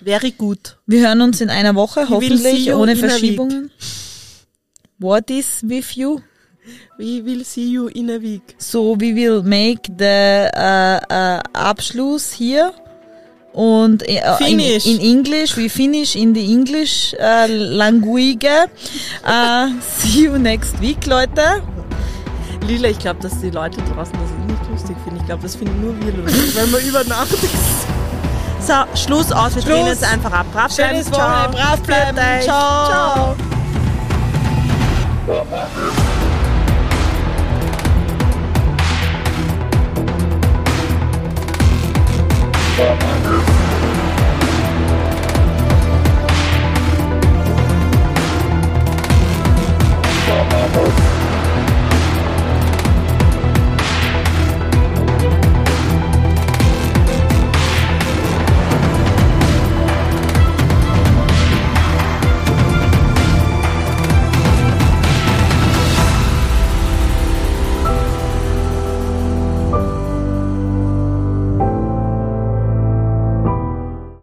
B: Very good.
A: Wir hören uns in einer Woche,
B: We will see
A: hoffentlich
B: you
A: ohne
B: in a
A: Verschiebungen. What is with you?
B: We will see you in a week.
A: So, we will make the uh, uh, Abschluss hier. Und uh, in, in English, we finish in the English uh, language. Uh, see you next week, Leute.
B: Lila, ich glaube, dass die Leute draußen das nicht lustig finden. Ich glaube, das finden nur wir lustig, wenn man über Nacht ist. So, Schluss aus. Wir drehen jetzt einfach ab. Brav bleiben.
A: Schönes Wochenende. Brav bleiben. Ciao. Ciao.